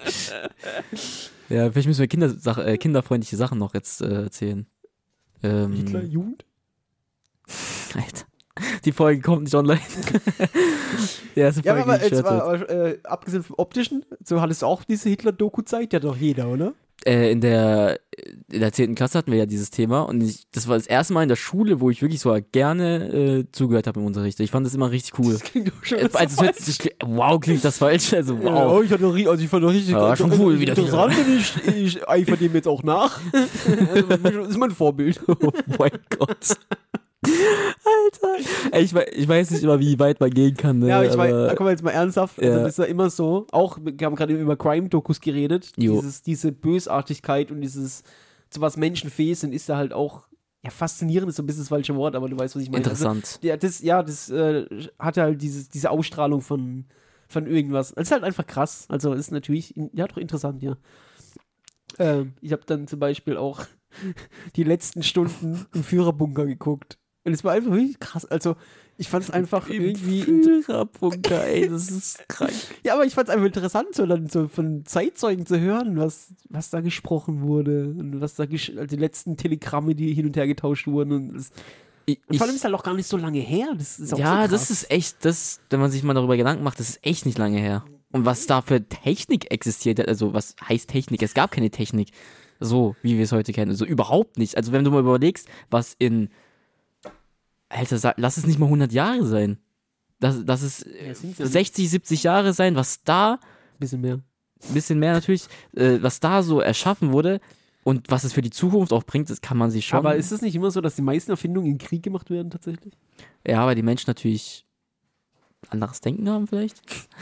Ja, vielleicht müssen wir Kindersach äh, kinderfreundliche Sachen noch jetzt äh, erzählen. Ähm, Hitler, Jugend? Alter. Die Folge kommt nicht online. Die erste Ja, Folge aber jetzt gescheitert. war, aber, äh, abgesehen vom optischen, so hattest du auch diese Hitler-Doku-Zeit, die hat doch jeder, oder? Äh, in der in der zehnten Klasse hatten wir ja dieses Thema und ich, das war das erste Mal in der Schule, wo ich wirklich so gerne äh, zugehört habe im Unterricht. Ich fand das immer richtig cool. Das klingt doch schon Äh, so Also, es hört sich, wow, klingt das falsch. Also, Ja, wow. ich, hatte, ri- also ich fand doch richtig Ja, schon cool, wie der interessant und ich, ich eifere dem jetzt auch nach. Also, das ist mein Vorbild. Oh mein Gott. Alter. Ey, ich, wei- ich weiß nicht immer, wie weit man gehen kann. Ne? Ja, aber ich aber, weiß, da kommen wir jetzt mal ernsthaft. Also Ja. das ist ja immer so. Auch, wir haben gerade über Crime-Dokus geredet. Jo. Dieses, diese Bösartigkeit und dieses, zu was Menschen fähig sind, ist ja halt auch, ja, faszinierend ist so ein bisschen das falsche Wort, aber du weißt, was ich meine. Interessant. Also, ja, das, ja, das äh, hat halt dieses, diese Ausstrahlung von, von irgendwas. Das ist halt einfach krass. Also ist natürlich, in- ja, doch interessant, ja. Ähm, ich habe dann zum Beispiel auch die letzten Stunden im Führerbunker geguckt. Und es war einfach wirklich krass. Also, ich fand es einfach Im irgendwie. Führerpunker, ey, das ist krank. Ja, aber ich fand es einfach interessant, so dann so von Zeitzeugen zu hören, was, was da gesprochen wurde und was da gesch- also die letzten Telegramme, die hin und her getauscht wurden. Und, das, Ich, und vor allem ist halt auch gar nicht so lange her. Das ist auch ja, so krass. das ist echt, das, wenn man sich mal darüber Gedanken macht, das ist echt nicht lange her. Und was da für Technik existiert, also was heißt Technik? Es gab keine Technik, so wie wir es heute kennen. Also überhaupt nicht. Also wenn du mal überlegst, was in, Alter, sag- lass es nicht mal hundert Jahre sein. Das, das ist Ja, es sind ja sechzig, siebzig Jahre sein, was da, ein bisschen mehr. ein bisschen mehr natürlich, äh, was da so erschaffen wurde und was es für die Zukunft auch bringt, das kann man sich schon. Aber ist es nicht immer so, dass die meisten Erfindungen im Krieg gemacht werden tatsächlich? Ja, weil die Menschen natürlich anderes Denken haben vielleicht.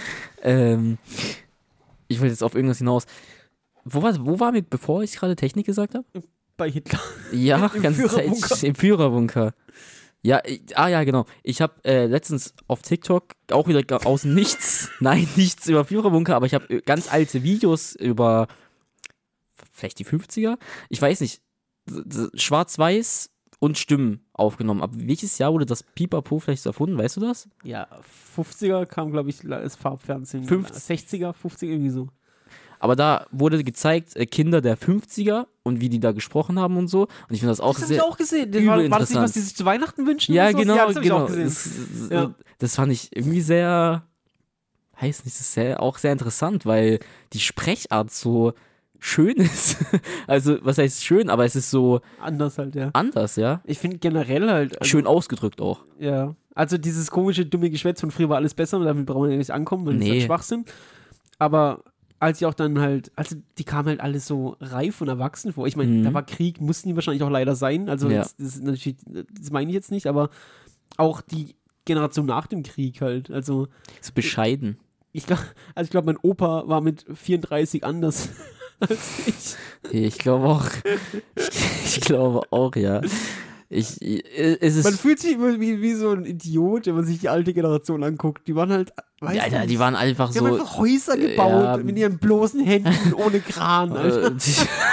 ähm, ich wollte jetzt auf irgendwas hinaus. Wo war, wo war wir, bevor ich gerade Technik gesagt habe? Bei Hitler. Ja, Im ganze Führerbunker. Zeit im Führerbunker. Ja, ich, ah ja, genau. Ich habe äh, letztens auf TikTok auch wieder ga- aus dem Nichts, nein, nichts über Führerbunker, aber ich habe ganz alte Videos über vielleicht die fünfziger, ich weiß nicht, s- s- schwarz-weiß und Stimmen aufgenommen. Ab welches Jahr wurde das Pipapo vielleicht so erfunden, weißt du das? Ja, fünfziger kam, glaube ich, das Farbfernsehen. Fünf- sechziger, fünfziger, irgendwie so. Aber da wurde gezeigt, äh, Kinder der fünfziger und wie die da gesprochen haben und so. Und ich finde das auch Das habe ich sehr. auch gesehen. Das übel war, war das nicht, interessant. was die sich zu Weihnachten wünschen? Ja, oder sowas? genau, Ja, das habe ich genau. auch gesehen. Das, das, Ja. das fand ich irgendwie sehr, weiß nicht, das ist sehr, auch sehr interessant, weil die Sprechart so schön ist. Also, was heißt schön, aber es ist so Anders halt, ja. anders, ja. Ich finde generell halt. Also, Schön ausgedrückt auch. Ja. Also dieses komische, dumme Geschwätz von früher war alles besser und damit brauchen wir ja nicht ankommen, weil das Nee. ist halt Schwachsinn. Aber als ich auch dann halt, also die kamen halt alle so reif und erwachsen vor. Ich meine, Mhm. da war Krieg, mussten die wahrscheinlich auch leider sein. Also Ja. das, das, ist natürlich, das meine ich jetzt nicht, aber auch die Generation nach dem Krieg halt. Also So bescheiden. ich glaube, also ich glaube, mein Opa war mit vierunddreißig anders als ich. Ich glaube auch. Ich, ich glaube auch, ja. Ich, es ist. Man fühlt sich immer wie, wie so ein Idiot, wenn man sich die alte Generation anguckt. Die waren halt, weiß Alter, nicht, die waren einfach die haben so. einfach Häuser gebaut ja, mit ihren bloßen Händen ohne Kran, Alter. Äh,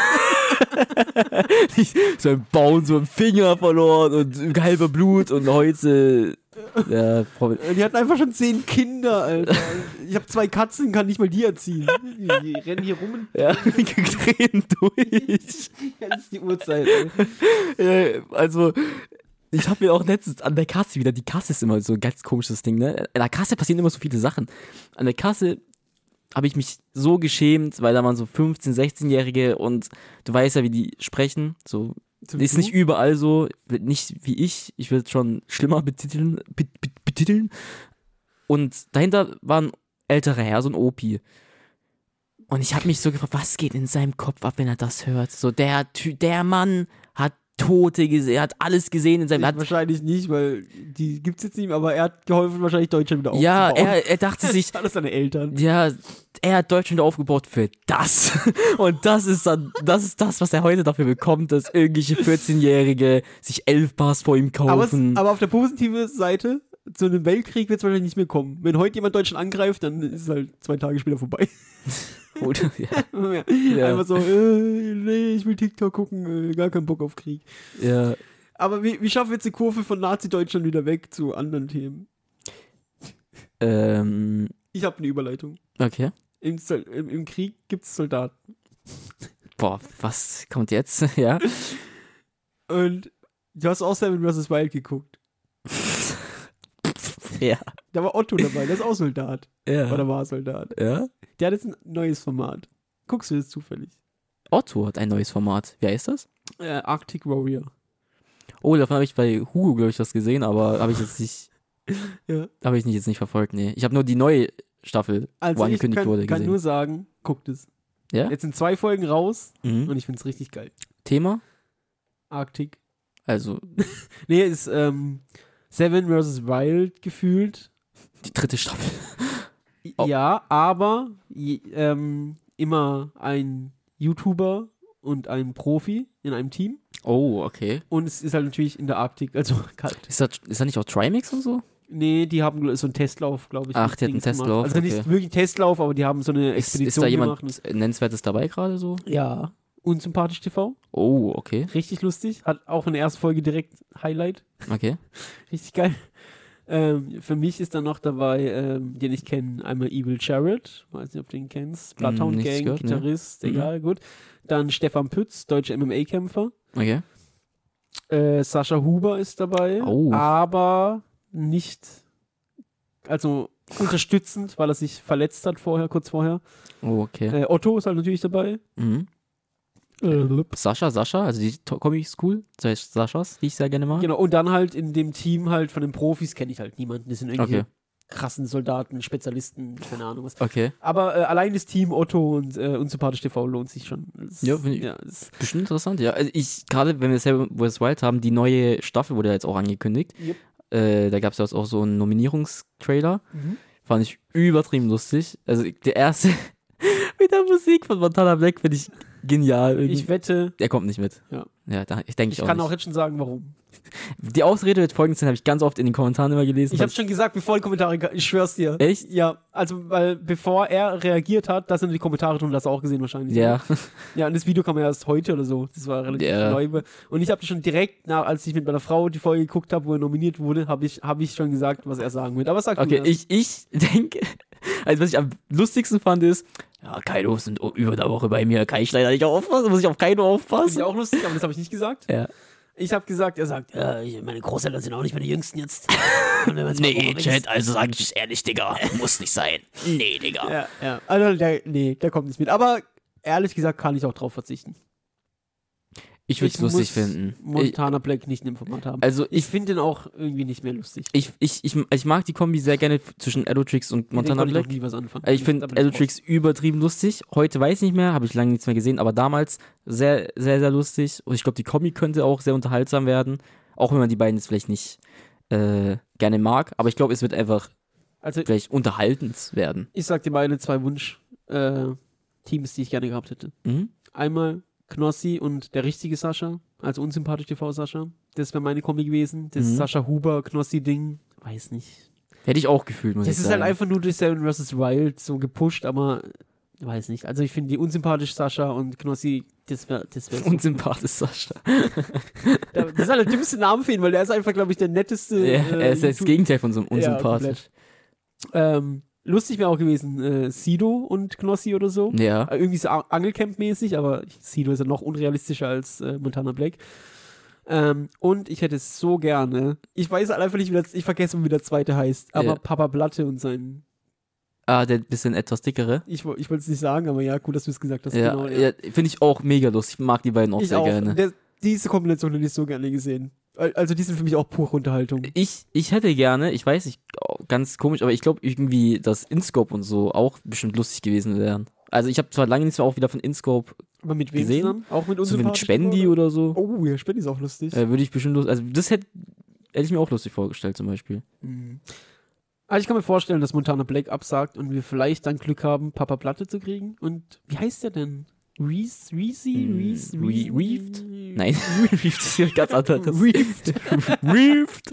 die- so ein Bauen, so ein Finger verloren und halber Blut und heute. Ja, Prob- Die hatten einfach schon zehn Kinder, Alter. Ich habe zwei Katzen, kann nicht mal die erziehen. Die, die rennen hier rum und ja, drehen durch. das ist die Uhrzeit. Ey. Äh, also, ich habe mir auch letztens an der Kasse wieder, die Kasse ist immer so ein ganz komisches Ding, ne? An der Kasse passieren immer so viele Sachen. An der Kasse habe ich mich so geschämt, weil da waren so fünfzehn-, sechzehnjährige und du weißt ja, wie die sprechen, so. Ist nicht überall so, nicht wie ich, ich würde es schon schlimmer betiteln, bet, bet, betiteln. Und dahinter war ein älterer Herr, so ein Opi. Und ich habe mich so gefragt, was geht in seinem Kopf ab, wenn er das hört? So, der, Ty- der Mann hat Tote gesehen, er hat alles gesehen in seinem, er hat, Wahrscheinlich nicht, weil die gibt's jetzt nicht mehr, aber er hat geholfen, wahrscheinlich Deutschland wieder ja, aufzubauen. er, er dachte sich, Alles seine Eltern. ja, er hat Deutschland wieder aufgebaut für das. Und das ist dann, das ist das, was er heute dafür bekommt, dass irgendwelche vierzehnjährige sich elf Bars vor ihm Aber, es, kaufen. aber auf der positiven Seite, zu einem Weltkrieg wird es wahrscheinlich nicht mehr kommen. Wenn heute jemand Deutschland angreift, dann ist es halt zwei Tage später vorbei. Oder, ja, Ja. Einfach so, äh, nee, ich will TikTok gucken, äh, gar keinen Bock auf Krieg. ja. Aber wie, wie schaffen wir jetzt die Kurve von Nazi-Deutschland wieder weg zu anderen Themen? Ähm, Ich habe eine Überleitung. okay. Im, Sol- im, im Krieg gibt es Soldaten. Boah, was kommt jetzt? Ja. Und du hast auch Seven versus. Wild geguckt. Ja. Da war Otto dabei, der ist auch Soldat. Ja. Oder war Soldat. Ja. Der hat jetzt ein neues Format. Guckst du das zufällig? Otto hat ein neues Format. Wer ist das? Äh, Arctic Warrior. Oh, davon habe ich bei Hugo, glaube ich, das gesehen, aber habe ich jetzt nicht, Ja. habe ich nicht jetzt nicht verfolgt, nee. Ich habe nur die neue Staffel, Also wo ich angekündigt kann, wurde, kann gesehen. nur sagen, guckt es. Ja? Jetzt sind zwei Folgen raus Mhm. und ich finde es richtig geil. Thema? Arctic. Also, Nee, ist ähm, Seven versus. Wild gefühlt. die dritte Staffel. Oh. Ja, aber j- ähm, immer ein YouTuber und ein Profi in einem Team. Oh, okay. Und es ist halt natürlich in der Arktik, also kalt. Ist da, ist da nicht auch Trimax und so? Nee, die haben gl- so einen Testlauf, glaube ich. Ach, mit die hatten Dings einen gemacht. Testlauf, Also nicht okay. wirklich Testlauf, aber die haben so eine Ist, Expedition ist da gemacht. jemand Nennenswertes dabei gerade so? Ja, Unsympathisch T V. Oh, okay. Richtig lustig. Hat auch in der ersten Folge direkt Highlight. Okay. Richtig geil. Ähm, für mich ist dann noch dabei, ähm, den ich kenne, einmal Evil Jared. Weiß nicht, ob du den kennst. Bloodhound nichts Gang, gehört, ne? Gitarrist, Mhm. egal, gut. Dann Stefan Pütz, deutscher M M A-Kämpfer. Okay. Äh, Sascha Huber ist dabei. Oh. Aber nicht, also unterstützend, weil er sich verletzt hat vorher, kurz vorher. Oh, okay. Äh, Otto ist halt natürlich dabei. Mhm. Äh, Sascha, Sascha, also die To- Comic School, zwei Saschas, die ich sehr gerne mag. Genau, und dann halt in dem Team halt von den Profis kenne ich halt niemanden. Das sind irgendwelche Okay. krassen Soldaten, Spezialisten, keine Ahnung was. Okay. Aber äh, allein das Team Otto und äh, Unsympathisch T V lohnt sich schon. Das, Ja, find ich- ja, das, Bestimmt interessant, ja. Also ich, gerade wenn wir selber West Wild haben, die neue Staffel wurde ja jetzt auch angekündigt. Yep. Äh, da gab es ja jetzt auch so einen Nominierungstrailer. mhm. Fand ich übertrieben lustig. Also der erste mit der Musik von Montana Black finde ich genial. Irgendwie. Ich wette, Der kommt nicht mit. Ja. Ja, da, ich denke ich ich auch kann nicht. auch jetzt schon sagen, warum. Die Ausrede mit folgenden habe ich ganz oft in den Kommentaren immer gelesen. Ich habe schon gesagt, bevor die Kommentare, ka- ich schwör's dir. Echt? Ja, also, weil bevor er reagiert hat, das sind die Kommentare drin, das hast du auch gesehen wahrscheinlich. Ja. Ja, und das Video kam ja erst heute oder so. Das war relativ Ja. neu. Und ich habe schon direkt, nach, als ich mit meiner Frau die Folge geguckt habe, wo er nominiert wurde, habe ich, hab ich schon gesagt, was er sagen wird. Aber sag Okay, du das. ich, ich denke, also was ich am lustigsten fand ist, ja, Kaido sind über der Woche bei mir, kann ich leider nicht aufpassen, muss ich auf Kaido Finde aufpassen. ich auch lustig, aber das habe ich nicht gesagt. Ja. Ich habe gesagt, er sagt, ja, ich- meine Großeltern sind auch nicht mehr die Jüngsten jetzt. Und wenn man's mal Nee, weg Chat, ist- also sag ich es ehrlich, Digga, muss nicht sein. Nee, Digga. Ja, ja. Also, der, nee, der kommt nicht mit. Aber ehrlich gesagt kann ich auch drauf verzichten. Ich würde es lustig muss finden. Ich, Montana Black nicht im Format haben. also Ich ich, finde den auch irgendwie nicht mehr lustig. ich, ich, ich, ich mag die Kombi sehr gerne zwischen Edotrix und Montana Mit dem konnte ich Black. noch nie was anfangen. Ich finde Da bin ich Edotrix übertrieben lustig. Heute weiß ich nicht mehr, habe ich lange nichts mehr gesehen, aber damals sehr, sehr, sehr lustig. Und ich glaube, die Kombi könnte auch sehr unterhaltsam werden. Auch wenn man die beiden jetzt vielleicht nicht äh, gerne mag. Aber ich glaube, es wird einfach raus. Also, vielleicht unterhaltend werden. ich sag dir meine zwei Wunsch-Teams, die ich gerne gehabt hätte. Mhm. Einmal Knossi und der richtige Sascha, also unsympathisch T V Sascha. Das wäre meine Kombi gewesen. Das Mhm. Sascha Huber Knossi-Ding, weiß nicht. Hätte ich auch gefühlt, muss Das ich ist sagen. halt einfach nur durch Seven versus. Wild so gepusht, aber weiß nicht. Also ich finde die unsympathisch Sascha und Knossi, das wäre das wär so. Unsympathisch, Sascha. Das ist halt der dümmste Name für ihn, weil der ist einfach, glaube ich, der netteste. Ja, äh, er ist das YouTube- Gegenteil von so einem Ja, unsympathisch. Ähm, lustig wäre auch gewesen, äh, Sido und Knossi oder so. Ja. Äh, irgendwie so A- Angelcamp-mäßig, aber Sido ist ja noch unrealistischer als äh, Montana Black. Ähm, und ich hätte es so gerne, ich weiß halt einfach nicht, wie das, ich vergesse, wie der zweite heißt, aber Ja. Papa Blatte und sein, Ah, der bisschen etwas dickere. ich, wo- ich wollte es nicht sagen, aber ja, gut, dass du es gesagt hast. Ja, genau, ja. finde ich auch mega lustig. Ich mag die beiden auch ich sehr auch. gerne. Der, diese Kombination hätte ich so gerne gesehen. Al- Also die sind für mich auch pure Unterhaltung. Ich, ich hätte gerne, ich weiß nicht, oh, ganz komisch, aber ich glaube irgendwie, dass InScope und so auch bestimmt lustig gewesen wären. Also ich habe zwar lange nichts mehr auch wieder von InScope, Aber mit wem gesehen? zusammen? Auch mit so mit unsympathisch Spendi oder? oder so, Oh, ja, Spendi ist auch lustig. äh, würde ich bestimmt lustig, also das hätte, hätte ich mir auch lustig vorgestellt zum Beispiel. Mhm. Also ich kann mir vorstellen, dass Montana Black absagt und wir vielleicht dann Glück haben, Papa Platte zu kriegen. Und wie heißt der denn? Reese? Reese? Hm, Reese? Re- Reese? Reefed? Nein, Reefed ist ja ganz anderes. Reefed. Reefed.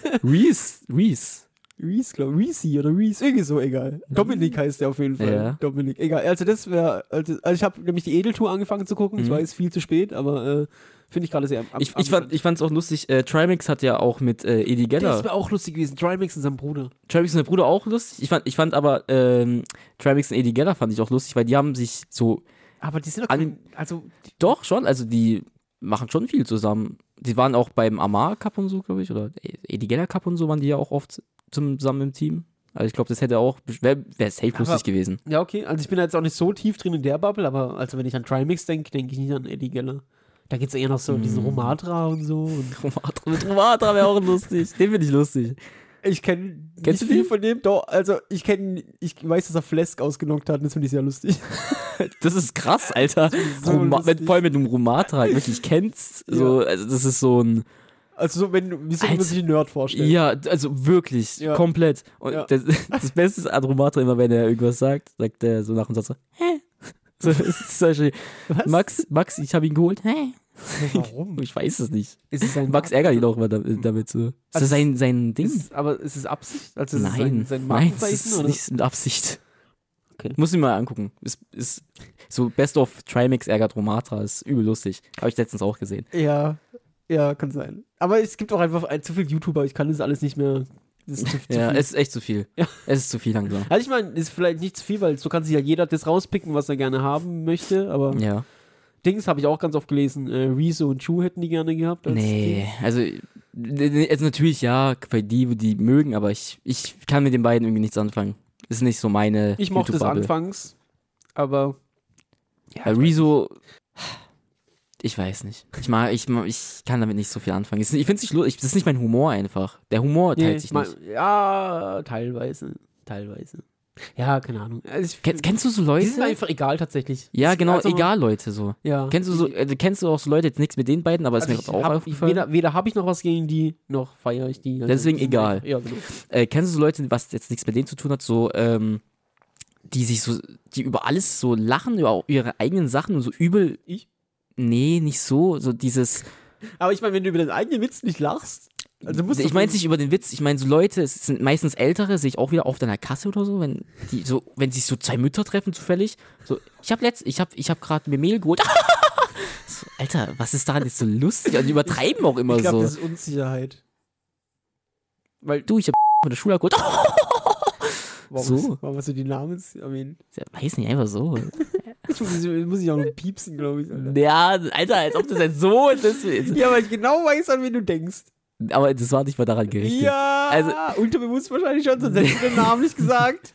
Reese. Reese. Reese, glaube ich. Reese oder Reese. Irgendwie so, egal. Dominik heißt der auf jeden Fall. Ja. Dominik. Egal. Also das wäre, also, also ich habe nämlich die Edeltour angefangen zu gucken. Ich Mhm. weiß, viel zu spät, aber äh, finde ich gerade sehr am, Ich, ich, fand, ich fand's auch lustig, äh, Trimax hat ja auch mit äh, Eddie Das Geller, wäre auch lustig gewesen. Trimax und sein Bruder. Trimax und der Bruder auch lustig. Ich fand, ich fand aber ähm, Trimax und Eddie Geller fand ich auch lustig, weil die haben sich so, Aber die sind doch An- kein, also doch schon, also die machen schon viel zusammen. Die waren auch beim Amar Cup und so, glaube ich, oder Eddie Geller Cup und so waren die ja auch oft zum, zusammen im Team. Also ich glaube, das hätte auch, wäre wär safe Aber- lustig gewesen. ja, okay. Also ich bin jetzt auch nicht so tief drin in der Bubble, aber also wenn ich an Trimax denke, denke ich nicht an Eddie Geller. Da geht's eher noch so um diesen Mm. Romatra und so. Und Romatra, mit Romatra wäre auch lustig. Den finde ich lustig. ich kenne Kennst nicht du viel den? von dem. Doch, also ich kenne, ich weiß, dass er Flesk ausgenockt hat und das finde ich sehr lustig. Das ist krass, Alter. so Roma lustig. mit, vor allem mit einem Romatra halt wirklich kennst. So, also das ist so ein. Also so, wenn, wie soll man Alter. sich den Nerd vorstellen? Ja, also wirklich, Ja. komplett. Und Ja. das, das Beste ist an Romatra immer, wenn er irgendwas sagt, sagt er so nach dem Satz so, hä? So, es ist zum Beispiel, Was? Max, Max, ich habe ihn geholt, hä? Warum? Ich weiß es nicht. Ist es sein Max ärgert ihn auch immer damit, damit so. Ist Also das sein, sein Ding? Ist, aber ist es Absicht? Also ist es Nein, sein, sein nein, das Markenzeichen? ist oder? nicht mit Absicht. Okay. Muss ich mal angucken. Ist, ist so Best of Trimax Ergatromata, ist übel lustig. Habe ich letztens auch gesehen. Ja, ja, kann sein. Aber es gibt auch einfach ein, zu viel YouTuber, ich kann das alles nicht mehr. Das ist zu, zu Ja, viel. es ist echt zu viel. Ja. Es ist zu viel langsam. Also ich meine, ist vielleicht nicht zu viel, weil so kann sich ja jeder das rauspicken, was er gerne haben möchte, aber Ja. Dings habe ich auch ganz oft gelesen, äh, Rezo und Chu hätten die gerne gehabt. Als Nee, Ding. also, also natürlich ja, weil die, die mögen, aber ich, ich kann mit den beiden irgendwie nichts anfangen. Ist nicht so meine Ich mochte es YouTube-Bubble. anfangs, aber ja, Bei Rezo, ich weiß nicht. Ich mag, ich, mag- ich kann damit nicht so viel anfangen. Ich finde es nicht lustig, das ist nicht mein Humor einfach. Der Humor teilt nee, sich mal, nicht. ja, teilweise, teilweise. Ja, keine Ahnung. Also ich, Kenn, kennst du so die Leute? sind mir einfach egal tatsächlich. Ja, Das- genau, also, egal Leute so. Ja. Kennst du so, äh, kennst du auch so Leute, jetzt nichts mit den beiden, aber ist Also mir ich gerade auch hab, aufgefallen. weder weder habe ich noch was gegen die, noch feiere ich die. Also Deswegen die sind egal. einfach- Ja, genau. Äh, kennst du so Leute, was jetzt nichts mit denen zu tun hat, so, ähm, die sich so, die über alles so lachen, über auch ihre eigenen Sachen und so übel. Ich? Nee, nicht so, so dieses. Aber ich meine, wenn du über deinen eigenen Witz nicht lachst, also musst du. Ich meine nicht über den Witz, ich meine so Leute, es sind meistens Ältere, sehe ich auch wieder auf deiner Kasse oder so, wenn die so, wenn sich so zwei Mütter treffen zufällig. So, ich habe letzt, ich habe, ich habe gerade mir Mehl geholt. So, Alter, was ist daran jetzt so lustig? Und die übertreiben auch immer Ich glaube, so. das ist Unsicherheit. Weil Du, ich habe von der Schule geholt. warum, so. warum hast du die Namen erwähnt? Ja, weiß nicht, einfach so. Ich muss, ich muss ich auch noch piepsen, glaube ich. Alter. Ja, Alter, als ob das jetzt so das ist. Ja, weil ich genau weiß, an wen du denkst. Aber das war nicht mal daran gerichtet. Ja, Also- unterbewusst wahrscheinlich schon, sonst hättest du den Namen nicht gesagt.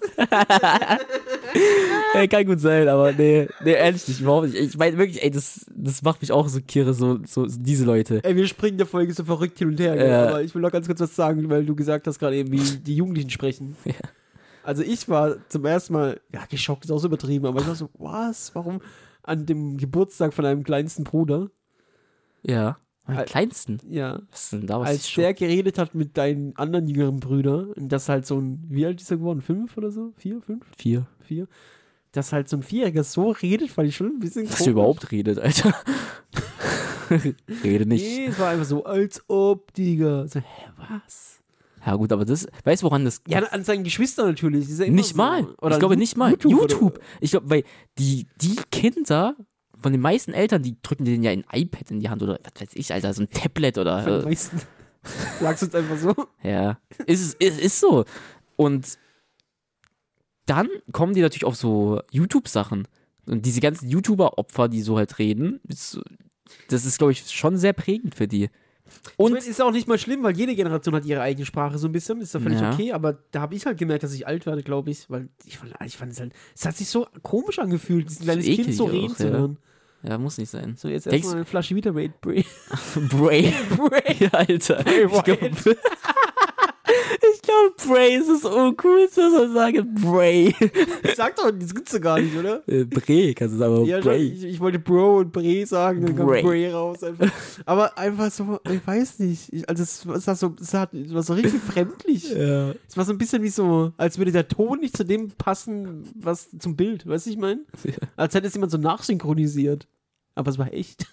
Ey, kann gut sein, aber nee, nee, ehrlich nicht, überhaupt nicht. Ich meine wirklich, ey, das, das macht mich auch so kirre, so, so, so diese Leute. Ey, wir springen der Folge so verrückt hin und her. gell? Ja. Aber ich will noch ganz kurz was sagen, weil du gesagt hast gerade eben, wie die Jugendlichen sprechen. Ja. Also ich war zum ersten Mal, ja, geschockt ist auch so übertrieben, aber ich war so, was, warum? An dem Geburtstag von einem kleinsten Bruder, Ja. Am Al- kleinsten. ja, Was ist denn da was? als der geredet hat mit deinen anderen jüngeren Brüdern, und das halt so ein, wie alt ist er geworden? Fünf oder so? Vier, fünf, Vier. vier? Dass halt so ein Vierjähriger so redet, fand ich schon ein bisschen Was der überhaupt redet, Alter. Rede nicht. Nee, es war einfach so, als ob, Digga. So, hä, was? Ja gut, aber das, weißt du, woran das... Ja, an seinen Geschwistern natürlich. Das ist ja immer nicht so. mal. Oder ich glaube Yu- nicht mal. YouTube. YouTube. Oder, Ich glaube, weil die, die Kinder von den meisten Eltern, die drücken denen ja ein iPad in die Hand oder was weiß ich, Alter, so ein Tablet von den oder... Äh, meisten. Sagst du uns einfach so? ja. Ist, es- ist, ist so. Und dann kommen die natürlich auf so YouTube-Sachen. Und diese ganzen YouTuber-Opfer, die so halt reden, ist, das ist, glaube ich, schon sehr prägend für die. Und Und ich mein, ist ja auch nicht mal schlimm, weil jede Generation hat ihre eigene Sprache so ein bisschen. Ist ja völlig Ja. okay, aber da habe ich halt gemerkt, dass ich alt werde, glaube ich. Weil ich fand, ich fand es halt, es hat sich so komisch angefühlt, dieses kleines Kind eklig so auch, reden zu ja. hören. ja, muss nicht sein. So, jetzt Denkst- erstmal eine Flasche Vita Raid Bray. Bray. Bray. Alter. Bray Ich glaube, ich glaub, Bray ist das Uncoolste, was man sagen. Bray. Sag doch, das gibt's doch gar nicht, oder? Äh, Bray kannst du sagen, aber Ja, schon, Bray. ich, ich wollte Bro und Bray sagen, dann kam Bray. Bray raus. Einfach. Aber einfach so, ich weiß nicht. Ich, also es, es, war so, es, hat, es war so richtig fremdlich. Ja. Es war so ein bisschen wie so, als würde der Ton nicht zu dem passen, was zum Bild. Weißt du, ich meine? Ja. Als hätte es jemand so nachsynchronisiert. Aber es war echt.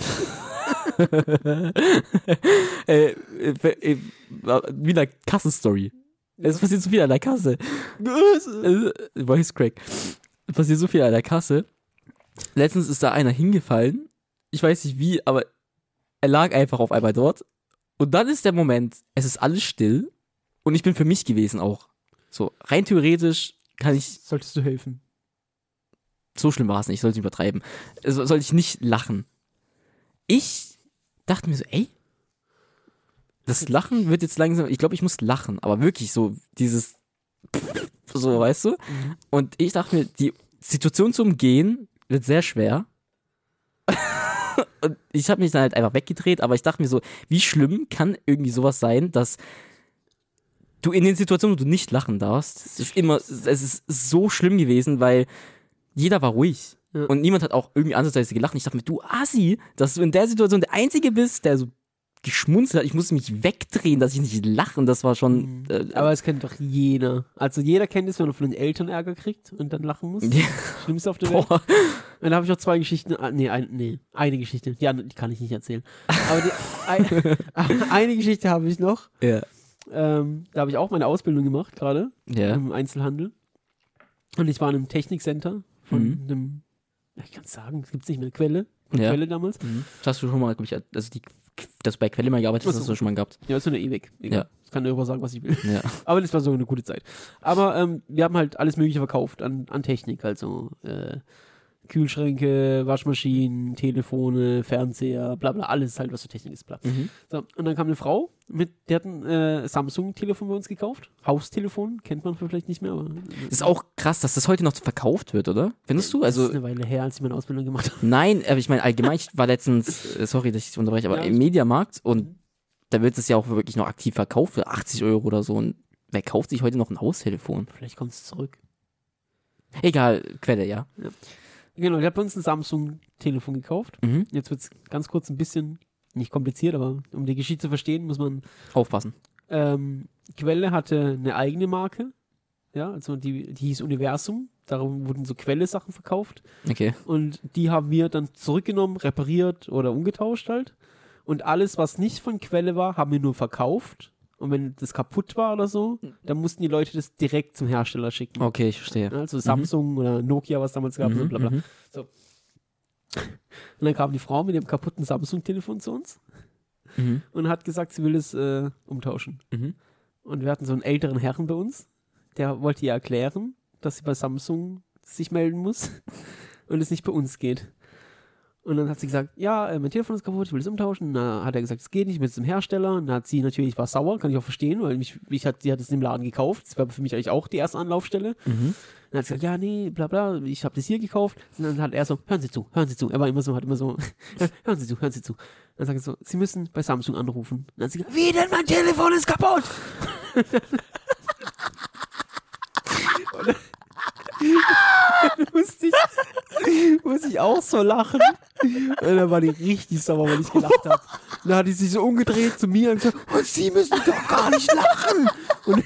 äh, äh, äh, wie eine Kassenstory. Es passiert so viel an der Kasse. Äh, Voice Crack. Es passiert so viel an der Kasse. Letztens ist da einer hingefallen. Ich weiß nicht wie, aber er lag einfach auf einmal dort. Und dann ist der Moment, es ist alles still. Und ich bin für mich gewesen auch. So, rein theoretisch kann ich, Solltest du helfen. so schlimm war es nicht, ich sollte nicht übertreiben. So, sollte ich nicht lachen. Ich dachte mir so, ey, das Lachen wird jetzt langsam, ich glaube, ich muss lachen, aber wirklich so dieses, so, weißt du? Mhm. Und ich dachte mir, die Situation zu umgehen wird sehr schwer. Und ich habe mich dann halt einfach weggedreht, aber ich dachte mir so, wie schlimm kann irgendwie sowas sein, dass du in den Situationen, wo du nicht lachen darfst, es ist immer, es ist so schlimm gewesen, weil jeder war ruhig. Ja. Und niemand hat auch irgendwie ansatzweise gelacht. Und ich dachte mir, du Assi, dass du in der Situation der Einzige bist, der so geschmunzelt hat. Ich musste mich wegdrehen, dass ich nicht lache. Und das war schon. Äh, Aber es kennt doch jeder. Also jeder kennt es, wenn er von den Eltern Ärger kriegt und dann lachen muss. Ja. Schlimmste auf der Welt. boah. Und da habe ich noch zwei Geschichten. Ah, nee, ein, nee, eine Geschichte. Die andere, die kann ich nicht erzählen. Aber die, ein, eine Geschichte habe ich noch. Ja. Ähm, da habe ich auch meine Ausbildung gemacht, gerade Ja. im Einzelhandel. Und ich war in einem Technikcenter von Mhm. einem, ich kann es sagen, es gibt nicht mehr, Quelle. Von Ja. Quelle damals. Mhm. Das hast du schon mal, glaube ich, also die, dass du bei Quelle mal gearbeitet hast, Ach so. hast du schon mal gehabt. Ja, ist so eine Ewig. Egal. Ja. Ich kann darüber sagen, was ich will. Ja. Aber das war so eine gute Zeit. Aber ähm, wir haben halt alles Mögliche verkauft an, an Technik. Also äh, Kühlschränke, Waschmaschinen, Telefone, Fernseher, bla bla, alles halt, was für Technik ist, bla. Mhm. So, und dann kam eine Frau, mit, die hat ein äh, Samsung-Telefon bei uns gekauft. Haustelefon, kennt man vielleicht nicht mehr, aber Das ist auch krass, dass das heute noch verkauft wird, oder? Findest du? das Also, ist eine Weile her, als ich meine Ausbildung gemacht habe. nein, aber ich meine allgemein, ich war letztens, äh, sorry, dass ich dich unterbreche, aber Ja, im ist- Mediamarkt und da wird es ja auch wirklich noch aktiv verkauft für achtzig Euro oder so. Und wer kauft sich heute noch ein Haustelefon? Vielleicht kommt es zurück. Egal, Quelle, ja. Genau, die hat bei uns ein Samsung-Telefon gekauft. Mhm. Jetzt wird es ganz kurz ein bisschen, nicht kompliziert, aber um die Geschichte zu verstehen, muss man Aufpassen. Ähm, Quelle hatte eine eigene Marke, ja, also die, die hieß Universum, darum wurden so Quelle-Sachen verkauft Okay. und die haben wir dann zurückgenommen, repariert oder umgetauscht halt und alles, was nicht von Quelle war, haben wir nur verkauft und wenn das kaputt war oder so, dann mussten die Leute das direkt zum Hersteller schicken. Okay, ich verstehe. Also Samsung oder Nokia, was damals gab, so Mhm, bla bla. mhm. Und dann kam die Frau mit dem kaputten Samsung-Telefon zu uns Mhm. und hat gesagt, sie will es äh, umtauschen. Mhm. Und wir hatten so einen älteren Herrn bei uns, der wollte ihr erklären, dass sie bei Samsung sich melden muss und es nicht bei uns geht. Und dann hat sie gesagt, ja, äh, mein Telefon ist kaputt, ich will es umtauschen. Und dann hat er gesagt, es geht nicht, ich bin jetzt zum Hersteller. Und dann hat sie natürlich, war sauer, kann ich auch verstehen, weil mich, mich hat, sie hat es im Laden gekauft. Das war für mich eigentlich auch die erste Anlaufstelle. Mhm. Dann hat sie gesagt, ja, nee, bla bla, ich habe das hier gekauft. Und dann hat er so, hören Sie zu, hören Sie zu. Er war immer so, hat immer so, hören Sie zu, hören Sie zu. Dann sagt er so, Sie müssen bei Samsung anrufen. Und dann hat sie gesagt, wie denn, mein Telefon ist kaputt? Und dann musste ich, musste ich auch so lachen. Und dann war die richtig sauer, weil ich gelacht habe. Und dann hat die sich so umgedreht zu mir und gesagt, und Sie müssen doch gar nicht lachen. Und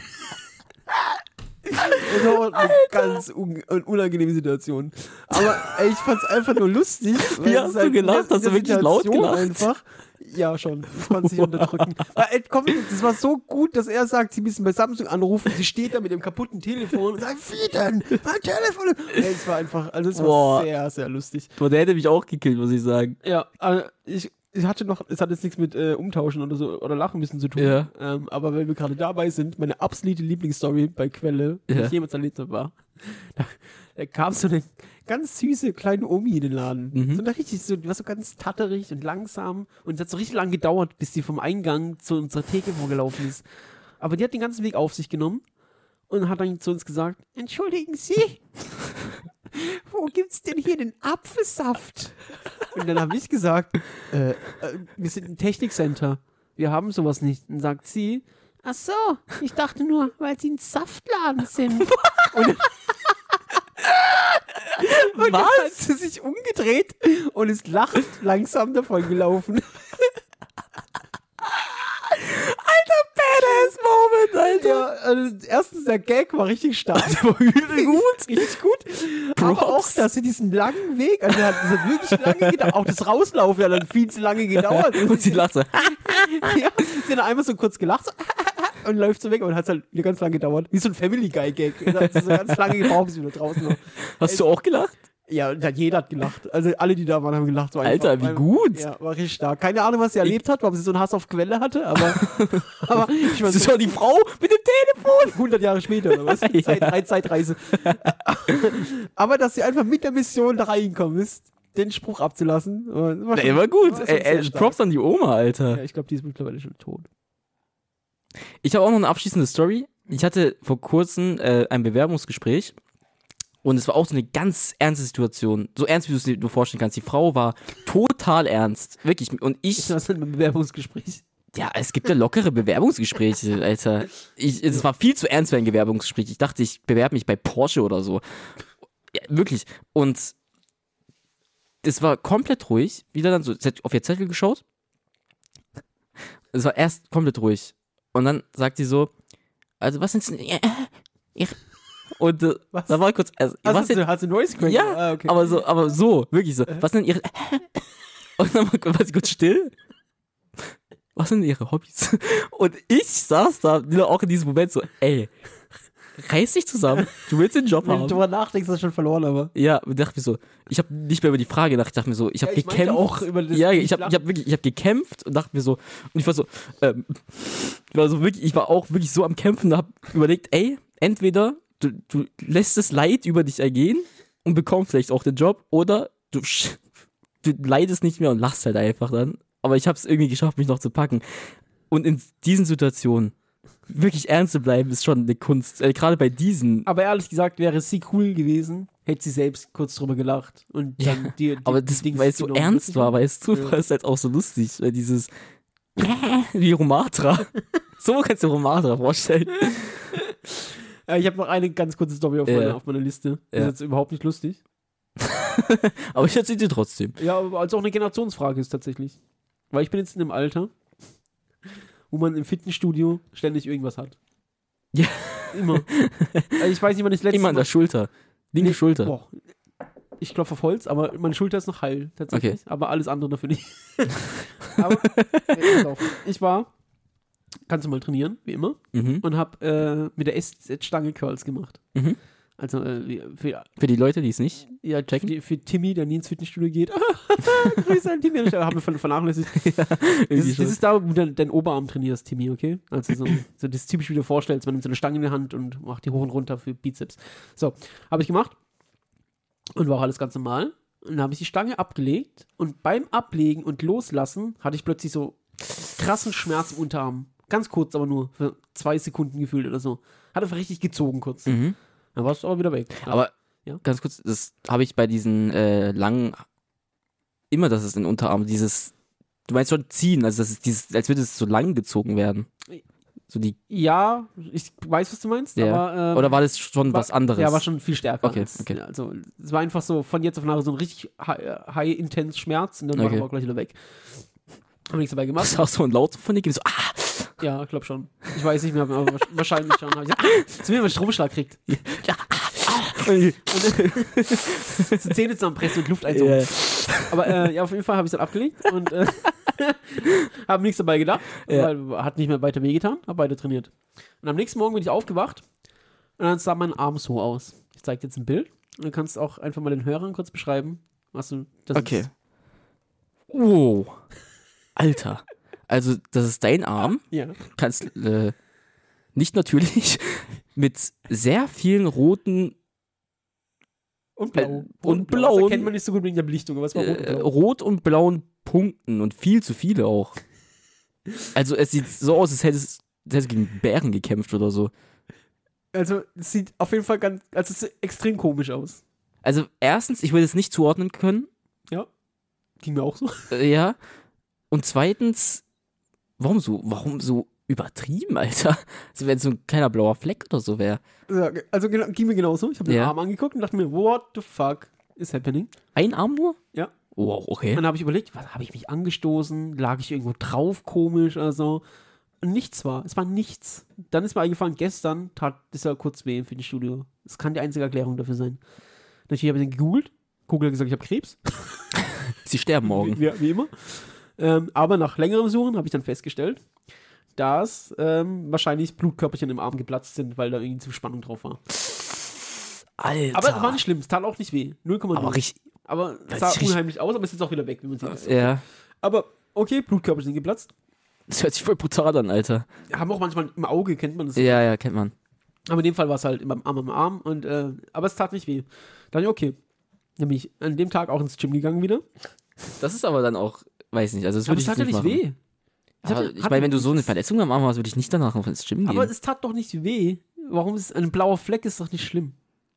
das war eine ganz un unangenehme Situation. Aber ey, ich fand's einfach nur lustig. Wie hast du gelacht? Hast du wirklich laut gelacht? Einfach. Ja, schon. Ich konnte es nicht unterdrücken. Weil, ey, komm, das war so gut, dass er sagt, sie müssen bei Samsung anrufen. Sie steht da mit dem kaputten Telefon und sagt, wie denn? Mein Telefon. Ey, es war einfach, also es war Boah. sehr, sehr lustig. Boah, der hätte mich auch gekillt, muss ich sagen. Ja, aber ich, ich hatte noch, es hat jetzt nichts mit äh, Umtauschen oder so oder Lachen müssen zu tun. Ja. Ähm, aber wenn wir gerade dabei sind, meine absolute Lieblingsstory bei Quelle, die Ja. ich jemals erlebt habe, war, da, da kam so eine ganz süße kleine Omi in den Laden. Mhm. So eine richtig, so, die war so ganz tatterig und langsam und es hat so richtig lang gedauert, bis die vom Eingang zu unserer Theke vorgelaufen ist. Aber die hat den ganzen Weg auf sich genommen und hat dann zu uns gesagt, entschuldigen Sie, wo gibt's denn hier den Apfelsaft? Und dann habe ich gesagt, äh, äh, wir sind ein Technikcenter. Wir haben sowas nicht. Und sagt sie, ach so, ich dachte nur, weil sie ein Saftladen sind. Und, und dann hat sie sich umgedreht und ist lachend langsam davon gelaufen. Badass Moment, Alter. Ja, also erstens, der Gag war richtig stark. Der war übel gut. Richtig gut. Aber auch, dass sie diesen langen Weg, also hat, das hat wirklich lange gedauert. Auch das Rauslaufen hat dann viel zu lange gedauert. Und sie lacht so. Ja, sie hat einmal so kurz gelacht so, und läuft so weg und hat halt wieder ganz lange gedauert. Wie so ein Family Guy Gag. Und dann hat sie so ganz lange gebraucht, bis sie wieder draußen war. Hast du auch gelacht? Ja, und dann jeder hat gelacht. Also alle, die da waren, haben gelacht. War Alter, einfach, wie gut. Ja, war richtig stark. Keine Ahnung, was sie erlebt hat, warum sie so einen Hass auf Quelle hatte, aber, aber ich meine, Das ist doch die Frau mit dem Telefon. hundert Jahre später oder was? Ja. Zeit, Zeit, Zeitreise. Aber dass sie einfach mit der Mission da reingekommen ist, den Spruch abzulassen. War Der war gut. war schon Ey, sehr ey, stark. Props an die Oma, Alter. Ja, ich glaube, die ist mittlerweile schon tot. Ich habe auch noch eine abschließende Story. Ich hatte vor kurzem äh, ein Bewerbungsgespräch und es war auch so eine ganz ernste Situation. So ernst, wie du es dir nur vorstellen kannst. Die Frau war total ernst. Wirklich. Und ich, Ich war in einem Bewerbungsgespräch. ja, es gibt ja lockere Bewerbungsgespräche, Alter. Ich, es war viel zu ernst für ein Bewerbungsgespräch. Ich dachte, ich bewerbe mich bei Porsche oder so. Ja, wirklich. Und es war komplett ruhig. Wieder dann so, sie hat auf ihr Zettel geschaut. Es war erst komplett ruhig. Und dann sagt sie so, also was sind denn, und äh, Was? da war kurz, also, was Hast sind, du, hast du Noise Crank? ja, Ah, okay. aber so, aber so, wirklich so, was sind ihre, und dann war sie kurz still. Was sind ihre Hobbys? Und ich saß da, wieder auch in diesem Moment so, ey, reiß dich zusammen, du willst den Job Wenn du haben. drüber nachdenkst, hast du schon verloren, aber. Ja, und dachte mir so, ich habe nicht mehr über die Frage gedacht, ich dachte mir so, ich habe Ja, ich meinte gekämpft. auch über das ja, ich nicht habe ich hab wirklich, ich habe gekämpft und dachte mir so, und ich war so, ähm, ich war so wirklich, ich war auch wirklich so am Kämpfen und habe überlegt, ey, entweder du, du lässt das Leid über dich ergehen und bekommst vielleicht auch den Job, oder du, sch- du leidest nicht mehr und lachst halt einfach dann. Aber ich habe es irgendwie geschafft, mich noch zu packen. Und in diesen Situationen wirklich ernst zu bleiben, ist schon eine Kunst. Äh, Gerade bei diesen. Aber ehrlich gesagt, wäre sie cool gewesen, hätte sie selbst kurz drüber gelacht und dann Ja, dir. aber das, weil es so ernst war, weißt du, Ja. war es halt auch so lustig, weil dieses wie Romatra. So kannst du Romatra vorstellen. Ja, ich habe noch eine ganz kurze Story auf, Ja. meiner, auf meiner Liste. Das Ja. ist jetzt überhaupt nicht lustig. Aber ich erzähle dir trotzdem. Ja, aber als auch eine Generationsfrage ist tatsächlich. Weil ich bin jetzt in einem Alter, wo man im Fitnessstudio ständig irgendwas hat. Ja. Immer. Also ich weiß nicht, wann ich das letzte Immer an der Schulter. Linke Nee, Schulter. Boah. Ich klopfe auf Holz, aber meine Schulter ist noch heil, tatsächlich. Aber alles andere dafür nicht. aber, äh, pass auf. Ich war, kannst du mal trainieren, wie immer, Mhm. und habe äh, mit der S-Stange Curls gemacht. Mhm. Also äh, wie- für, Für die Leute, die es nicht. ja, für, Checken? die- für Timmy, der nie ins Fitnessstudio geht. Grüße an Timmy, ich habe mir von vernachlässigt. Das Irgendwie ist, das ist da, wo du deinen Oberarm trainierst, Timmy, okay? Also so, so das typisch, wie du dir vorstellst, man nimmt so eine Stange in die Hand und macht die hoch und runter für Bizeps. So, habe ich gemacht und war auch alles ganz normal. Und dann habe ich die Stange abgelegt und beim Ablegen und Loslassen hatte ich plötzlich so krassen Schmerz im Unterarm. Ganz kurz, aber nur für zwei Sekunden gefühlt oder so. Hat einfach richtig gezogen kurz. Mhm. Dann warst du aber wieder weg. Aber Ja. ganz kurz, das habe ich bei diesen äh, langen, immer, dass es in den Unterarm, dieses, du meinst schon ziehen, also das ist dieses, als würde es so lang gezogen werden. So die, Ja, ich weiß, was du meinst, Ja. aber ähm, oder war das schon war- was anderes? Ja, war schon viel stärker. Okay, als, okay. ja, also es war einfach so von jetzt auf nachher so ein richtig high- high-intense Schmerz und dann war Okay. er aber gleich wieder weg. Hab nichts dabei Das gemacht. ist auch so ein Laut von dir, so, ah, Ja, ich glaube schon. Ich weiß nicht mehr, aber wahrsch- wahrscheinlich schon. Hab ich gesagt, ah, dass mir einen Stromschlag kriegt. ja, Und so Zähne zusammenpressen und Luft einsaugen. ja. Aber äh, ja, auf jeden Fall habe ich es dann abgelegt und äh, habe nichts dabei gedacht, Ja. weil hat nicht mehr weiter wehgetan, habe weiter trainiert. Und am nächsten Morgen bin ich aufgewacht und dann sah mein Arm so aus. Ich zeige dir jetzt ein Bild und du kannst auch einfach mal den Hörern kurz beschreiben, was du das Okay. ist. Wow. Alter. Also, das ist dein Arm. Ja. Kannst äh, nicht natürlich mit sehr vielen roten, Und blau. Äh, Rot und blau. blauen- Das erkennt man nicht so gut wegen der Belichtung, aber es war rot und äh, blau. rot und blauen Punkten und viel zu viele auch. Also, es sieht so aus, als hättest als hättest du gegen Bären gekämpft oder so. Also, es sieht auf jeden Fall ganz, also es sieht extrem komisch aus. Also, erstens, ich würde es nicht zuordnen können. Ging mir auch so. Äh, ja. Und zweitens, warum so, warum so übertrieben, Alter? Also, wenn es so ein kleiner blauer Fleck oder so wäre. Ja, also genau, ging mir genauso. Ich habe den Ja. Arm angeguckt und dachte mir, what the fuck is happening? Ein Arm nur? Ja. Wow, okay. Dann habe ich überlegt, was habe ich mich angestoßen? Lag ich irgendwo drauf komisch oder so? Und nichts war. Es war nichts. Dann ist mir eingefallen, gestern tat es ja kurz weh im Fitnessstudio. Das kann die einzige Erklärung dafür sein. Natürlich habe ich dann gegoogelt. Google hat gesagt, ich habe Krebs. Sie sterben morgen. Wie, wie, wie immer. Ähm, aber nach längerem Suchen habe ich dann festgestellt, dass ähm, wahrscheinlich Blutkörperchen im Arm geplatzt sind, weil da irgendwie zu Spannung drauf war. Alter. Aber es war nicht schlimm. Es tat auch nicht weh. null Komma null. Aber richtig, Aber es Weil sah es richtig- unheimlich aus, aber es ist jetzt auch wieder weg, wie man sieht. ja. Aber okay, Blutkörper sind geplatzt. Das hört sich voll brutal an, Alter. Haben auch manchmal im Auge, kennt man das. Ja, ja, kennt man. Aber in dem Fall war es halt im Arm am Arm. Und, äh, aber es tat nicht weh. Dann, okay. Dann bin ich an dem Tag auch ins Gym gegangen wieder. Das ist aber dann auch, weiß nicht, also das Aber würde es ich tat ja jetzt nicht nicht machen. weh. Ich Aber hatte- ich hatte meine, wenn du nichts. so eine Verletzung am Arm hast, würde ich nicht danach noch ins Gym gehen. Aber es tat doch nicht weh. Warum ist ein blauer Fleck ist doch nicht schlimm.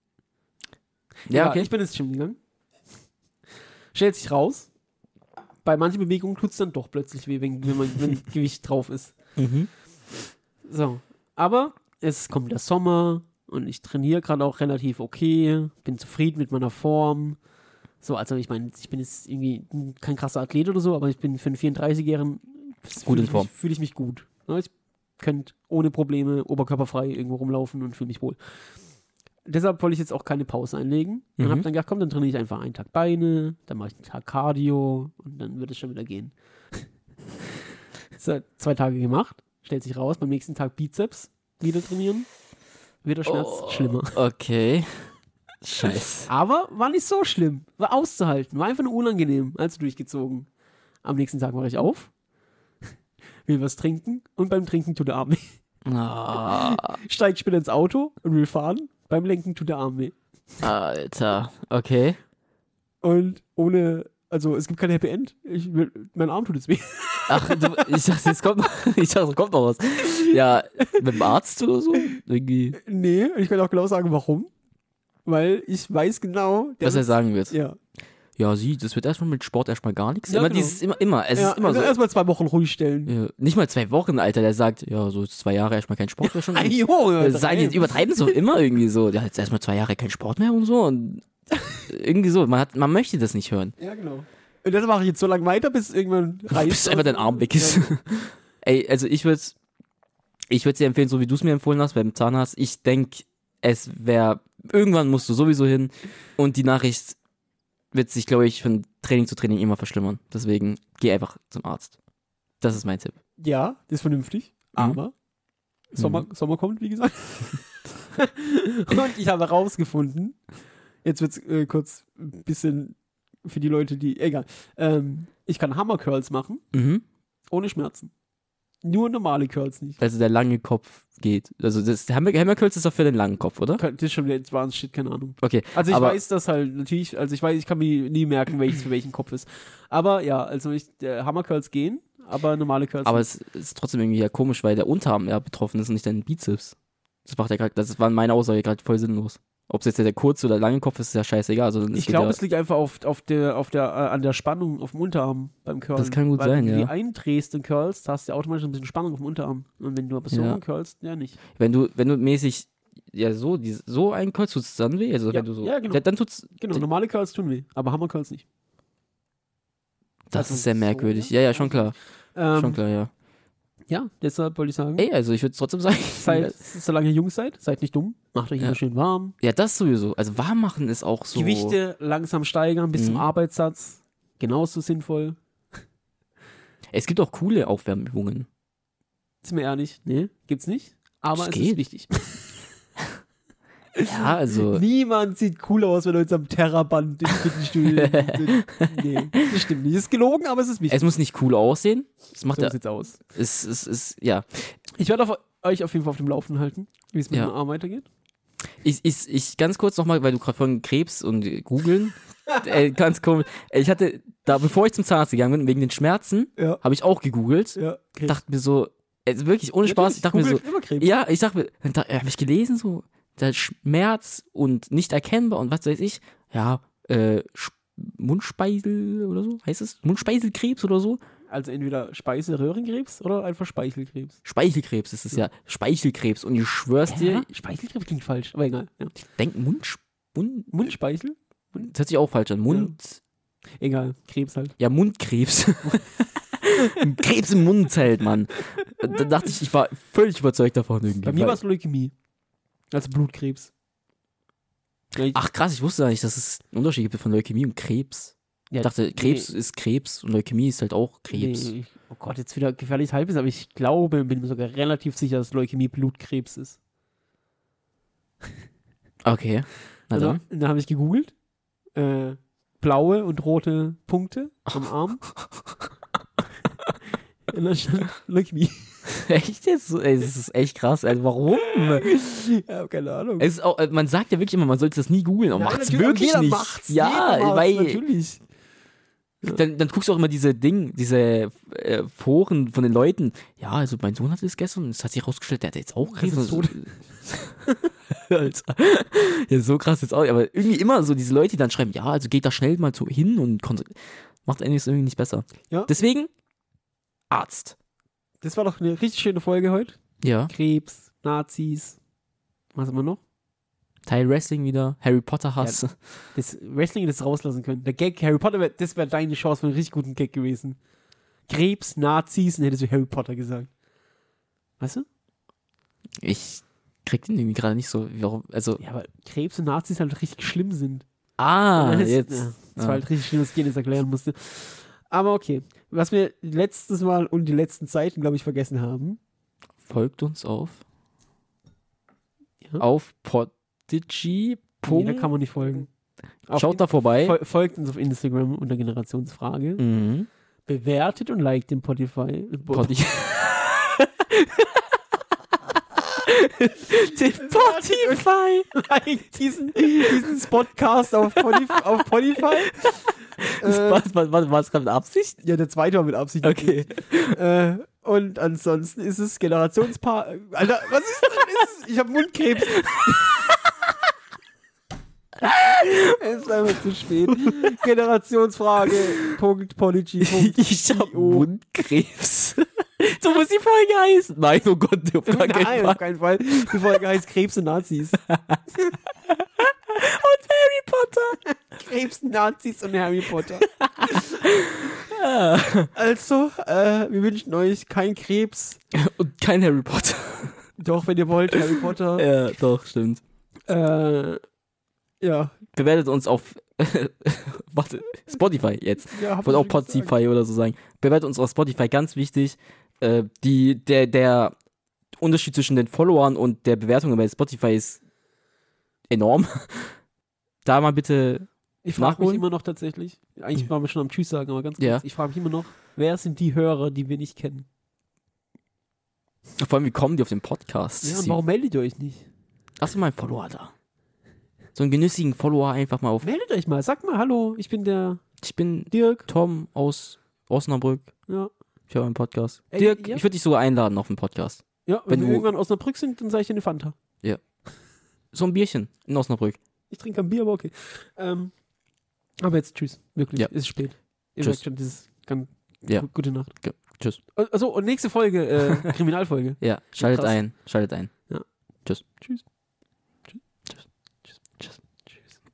ja, Ja, okay. ich bin ins Gym gegangen. Stellt sich raus, bei manchen Bewegungen tut es dann doch plötzlich weh, wenn, wenn, man, wenn Gewicht drauf ist. Mhm. So, aber es kommt der Sommer und ich trainiere gerade auch relativ okay, bin zufrieden mit meiner Form. So, also ich meine, ich bin jetzt irgendwie kein krasser Athlet oder so, aber ich bin für einen vierunddreißigjährigen Gut in Form. Fühle ich mich gut. Ja, ich könnte ohne Probleme oberkörperfrei irgendwo rumlaufen und fühle mich wohl. Deshalb wollte ich jetzt auch keine Pause einlegen und Mhm. habe dann gedacht, komm, dann trainiere ich einfach einen Tag Beine, dann mache ich einen Tag Cardio und dann wird es schon wieder gehen. So, zwei Tage gemacht, stellt sich raus, beim nächsten Tag Bizeps wieder trainieren. wird der Schmerz Oh, schlimmer. Okay. Scheiße. Aber war nicht so schlimm. War auszuhalten. War einfach nur unangenehm. Also durchgezogen. Am nächsten Tag wache ich auf, will was trinken und beim Trinken tut der Arm weh. Oh, Steig später ins Auto und will fahren. Beim Lenken tut der Arm weh. Alter. Okay. Und ohne, also es gibt kein Happy End. Ich will, mein Arm tut jetzt weh. Ach, du, ich dachte, es kommt noch, ich dachte, es kommt noch was. Ja, mit dem Arzt oder so? Irgendwie. Nee, und ich kann auch genau sagen, warum. Weil ich weiß genau, der Was er wird- sagen wird. Ja. Ja, sie, das wird erstmal mit Sport erstmal gar nichts. Ja, immer genau. dieses, immer, immer, es ja ist immer also so. erstmal zwei Wochen ruhig stellen. Ja, nicht mal zwei Wochen, Alter, der sagt, ja, so zwei Jahre erstmal kein Sport mehr schon. Ay, gut. Junge, Das sagen die, übertreiben es doch immer irgendwie so. Ja, jetzt erstmal zwei Jahre kein Sport mehr und so. Und irgendwie so. Man, hat, man möchte das nicht hören. Ja, genau. Und das mache ich jetzt so lange weiter, bis irgendwann reißt. Bis einfach dein Arm weg ist. Ja. Ey, also ich würde ich würd dir empfehlen, so wie du es mir empfohlen hast, beim Zahnarzt. Ich denke, es wäre, irgendwann musst du sowieso hin. Und die Nachricht wird sich, glaube ich, von Training zu Training immer verschlimmern. Deswegen geh einfach zum Arzt. Das ist mein Tipp. Ja, das ist vernünftig. Mhm. Aber Sommer, Sommer kommt, wie gesagt. Und ich habe herausgefunden, jetzt wird es äh, kurz ein bisschen für die Leute, die, egal, ähm, ich kann Hammer Curls machen, Mhm. ohne Schmerzen. Nur normale Curls nicht. Also der lange Kopf geht. Also das der Hammer, Hammer Curls ist doch für den langen Kopf, oder? Das ist schon wieder Advanced Shit, keine Ahnung. Okay. Also ich aber, weiß das halt natürlich, also ich weiß, ich kann mir nie merken, welches für welchen Kopf ist. Aber ja, also ich, der Hammer Curls gehen, aber normale Curls aber nicht. es ist trotzdem irgendwie ja komisch, weil der Unterarm ja betroffen ist und nicht dein Bizeps. Das macht ja gerade, das war meine Aussage gerade voll sinnlos. Ob es jetzt der kurze oder lange Kopf ist, ist ja scheißegal. Also, es Ich geht glaube, ja, es liegt einfach auf, auf der, auf der, äh, an der Spannung auf dem Unterarm beim Curl. Das kann gut Weil sein, wenn du ja. die eindrehst und curlst, hast du automatisch ein bisschen Spannung auf dem Unterarm. Und wenn du aber so Ja. curlst, ja nicht. wenn du, wenn du mäßig ja so, die, so einen Curl tut's dann weh. Also Ja, wenn du so. ja, genau. Ja, dann tut's. Genau, normale Curls tun weh, aber Hammer Curls nicht. Das Also ist sehr so, merkwürdig. ja? Ja, ja, schon klar. Ähm, schon klar, ja. Ja, deshalb wollte ich sagen, Ey, also ich würde trotzdem sagen. seid, solange ihr jung seid, seid nicht dumm, macht euch Ja. immer schön warm. Ja, das sowieso. Also warm machen ist auch so. Gewichte langsam steigern bis zum Mhm. Arbeitssatz. Genauso sinnvoll. Es gibt auch coole Aufwärmübungen. Sind wir ehrlich? Nee, gibt's nicht. Aber Das es geht. ist wichtig. Ja, also. Niemand sieht cool aus, wenn er jetzt am Terraband im Fitnessstudio. Nee, das stimmt nicht. Das ist gelogen, aber es ist wichtig. Es muss nicht cool aussehen. Es macht So ja. sieht's aus. Es ist, ist, ja. Ich werde auf, euch auf jeden Fall auf dem Laufenden halten, wie es mit Ja. dem Arm weitergeht. Ich, ich, ich ganz kurz nochmal, weil du gerade von Krebs und googeln. äh, ganz komisch. Ich hatte, da bevor ich zum Zahnarzt gegangen bin, wegen den Schmerzen, Ja. habe ich auch gegoogelt. Ja, Krebs. Dachte mir so, also wirklich ohne Spaß, ich dachte mir so, Googelt immer Krebs. ja, ich dachte mir, dann da, habe ich gelesen, so, der Schmerz und nicht erkennbar und was weiß ich, ja, äh, Sch- Mundspeisel oder so, heißt es? Mundspeiselkrebs oder so? Also entweder Speiseröhrenkrebs oder einfach Speichelkrebs. Speichelkrebs ist es ja, Speichelkrebs und ich schwör's dir, Ja, Speichelkrebs klingt falsch, aber egal. Ja. denk Mund, Mund, Mundspeichel? das hört sich auch falsch an, Mund, Egal, Krebs halt. ja, Mundkrebs. Krebs im Mundzelt, Mann. Da dachte ich, ich war völlig überzeugt davon irgendwie. Bei mir weil- war es Leukämie. Also Blutkrebs. Ja, ich- Ach krass, ich wusste gar nicht, dass es einen Unterschied gibt von Leukämie und Krebs. ja, Ich dachte, Krebs nee, ist Krebs und Leukämie ist halt auch Krebs. Nee, ich- oh Gott, jetzt wieder gefährliches Halbwissen, aber ich glaube, bin mir sogar relativ sicher, dass Leukämie Blutkrebs ist. Okay, na Also, dann. und dann habe ich gegoogelt. Äh, blaue und rote Punkte am Arm. Und dann stand Leukämie. Echt jetzt? So, ey, das ist echt krass. Also warum? Ja, keine Ahnung. Es ist auch, äh, man sagt ja wirklich immer, man sollte das nie googeln, aber Nein, macht's natürlich, wirklich jeder nicht. Macht's, Ja, jeder macht's, weil natürlich. dann, dann guckst du auch immer diese Ding, diese äh, Foren von den Leuten. Ja, also mein Sohn hatte es gestern und es hat sich herausgestellt, der hat jetzt auch Krebs. ist tot. Alter. Ja, so krass jetzt auch. Aber irgendwie immer so diese Leute, die dann schreiben, ja, also geht da schnell mal so hin und kon- macht eigentlich irgendwie nicht besser. Ja. Deswegen Arzt. Das war doch eine richtig schöne Folge heute. Ja. Krebs, Nazis. Was haben wir noch? Teil Wrestling wieder, Harry Potter Hass. Das Wrestling hättest du rauslassen können. Der Gag Harry Potter, wär, das wäre deine Chance für einen richtig guten Gag gewesen. Krebs, Nazis, und hättest du Harry Potter gesagt. Weißt du? Ich krieg den irgendwie gerade nicht so, warum, also, Ja, aber Krebs und Nazis halt richtig schlimm sind. ah, das, jetzt. Ja, das Ah. war halt richtig schlimm, dass ich dir das erklären musste. Aber okay. Was wir letztes Mal und die letzten Zeiten, glaube ich, vergessen haben. Folgt uns auf. Ja. Ja. auf Podigy. Nee, da kann man nicht folgen. Auf Schaut da vorbei. Fol folgt uns auf Instagram unter Generationsfrage. Mhm. Bewertet und liked den Spotify. Podigy. Den Spotify. Like diesen, diesen Podcast auf Spotify. Auf Spotify. äh, Was, was, was, war es gerade mit Absicht? ja, der zweite war mit Absicht. Okay. Äh, und ansonsten ist es Generationspaar. Alter, was ist denn das? Ich hab Mundkrebs. Es ist einfach zu spät. Generationsfrage. Punkt, Podigy. Punkt, Ich hab I O. Mundkrebs. So muss die Folge heißen. Nein, oh Gott, auf gar keinen Nein, Fall. auf keinen Fall. Die Folge heißt Krebs und Nazis. Und Harry Potter. Krebs, Nazis und Harry Potter. Also, äh, wir wünschen euch kein Krebs. Und kein Harry Potter. Doch, wenn ihr wollt, Harry Potter. Ja, doch, stimmt. Äh, ja. Bewertet uns auf warte, Spotify jetzt. Ja, Ich wollte auch Spotify oder so sagen. Bewertet uns auf Spotify, ganz wichtig. Äh, die, der, der Unterschied zwischen den Followern und der Bewertung bei Spotify ist enorm. Da mal bitte Ich frage mich nachholen. immer noch tatsächlich, eigentlich waren wir schon am Tschüss sagen, aber ganz kurz, Ja. ich frage mich immer noch, wer sind die Hörer, die wir nicht kennen? Vor allem, wie kommen die auf den Podcast? Ja, und Sie- warum meldet ihr euch nicht? Lass doch mal einen Follower da. So einen genüssigen Follower einfach mal auf. Meldet euch mal, sagt mal Hallo, ich bin der Ich bin Dirk. Tom aus Osnabrück. Ja, Ich höre einen Podcast. Ey, Dirk, ja. ich würde dich sogar einladen auf den Podcast. ja Wenn wenn, wir du- irgendwann aus Osnabrück sind, dann sage ich dir eine Fanta. So ein Bierchen in Osnabrück. Ich trinke kein Bier, aber okay. Ähm, aber jetzt tschüss, wirklich, Ja. es ist spät. Ihr Tschüss. merkt schon, das ist ganz Ja. gu- gute Nacht. Ge- Tschüss. Also und nächste Folge, äh, Kriminalfolge. Ja, schaltet Krass. ein. Schaltet ein. Tschüss.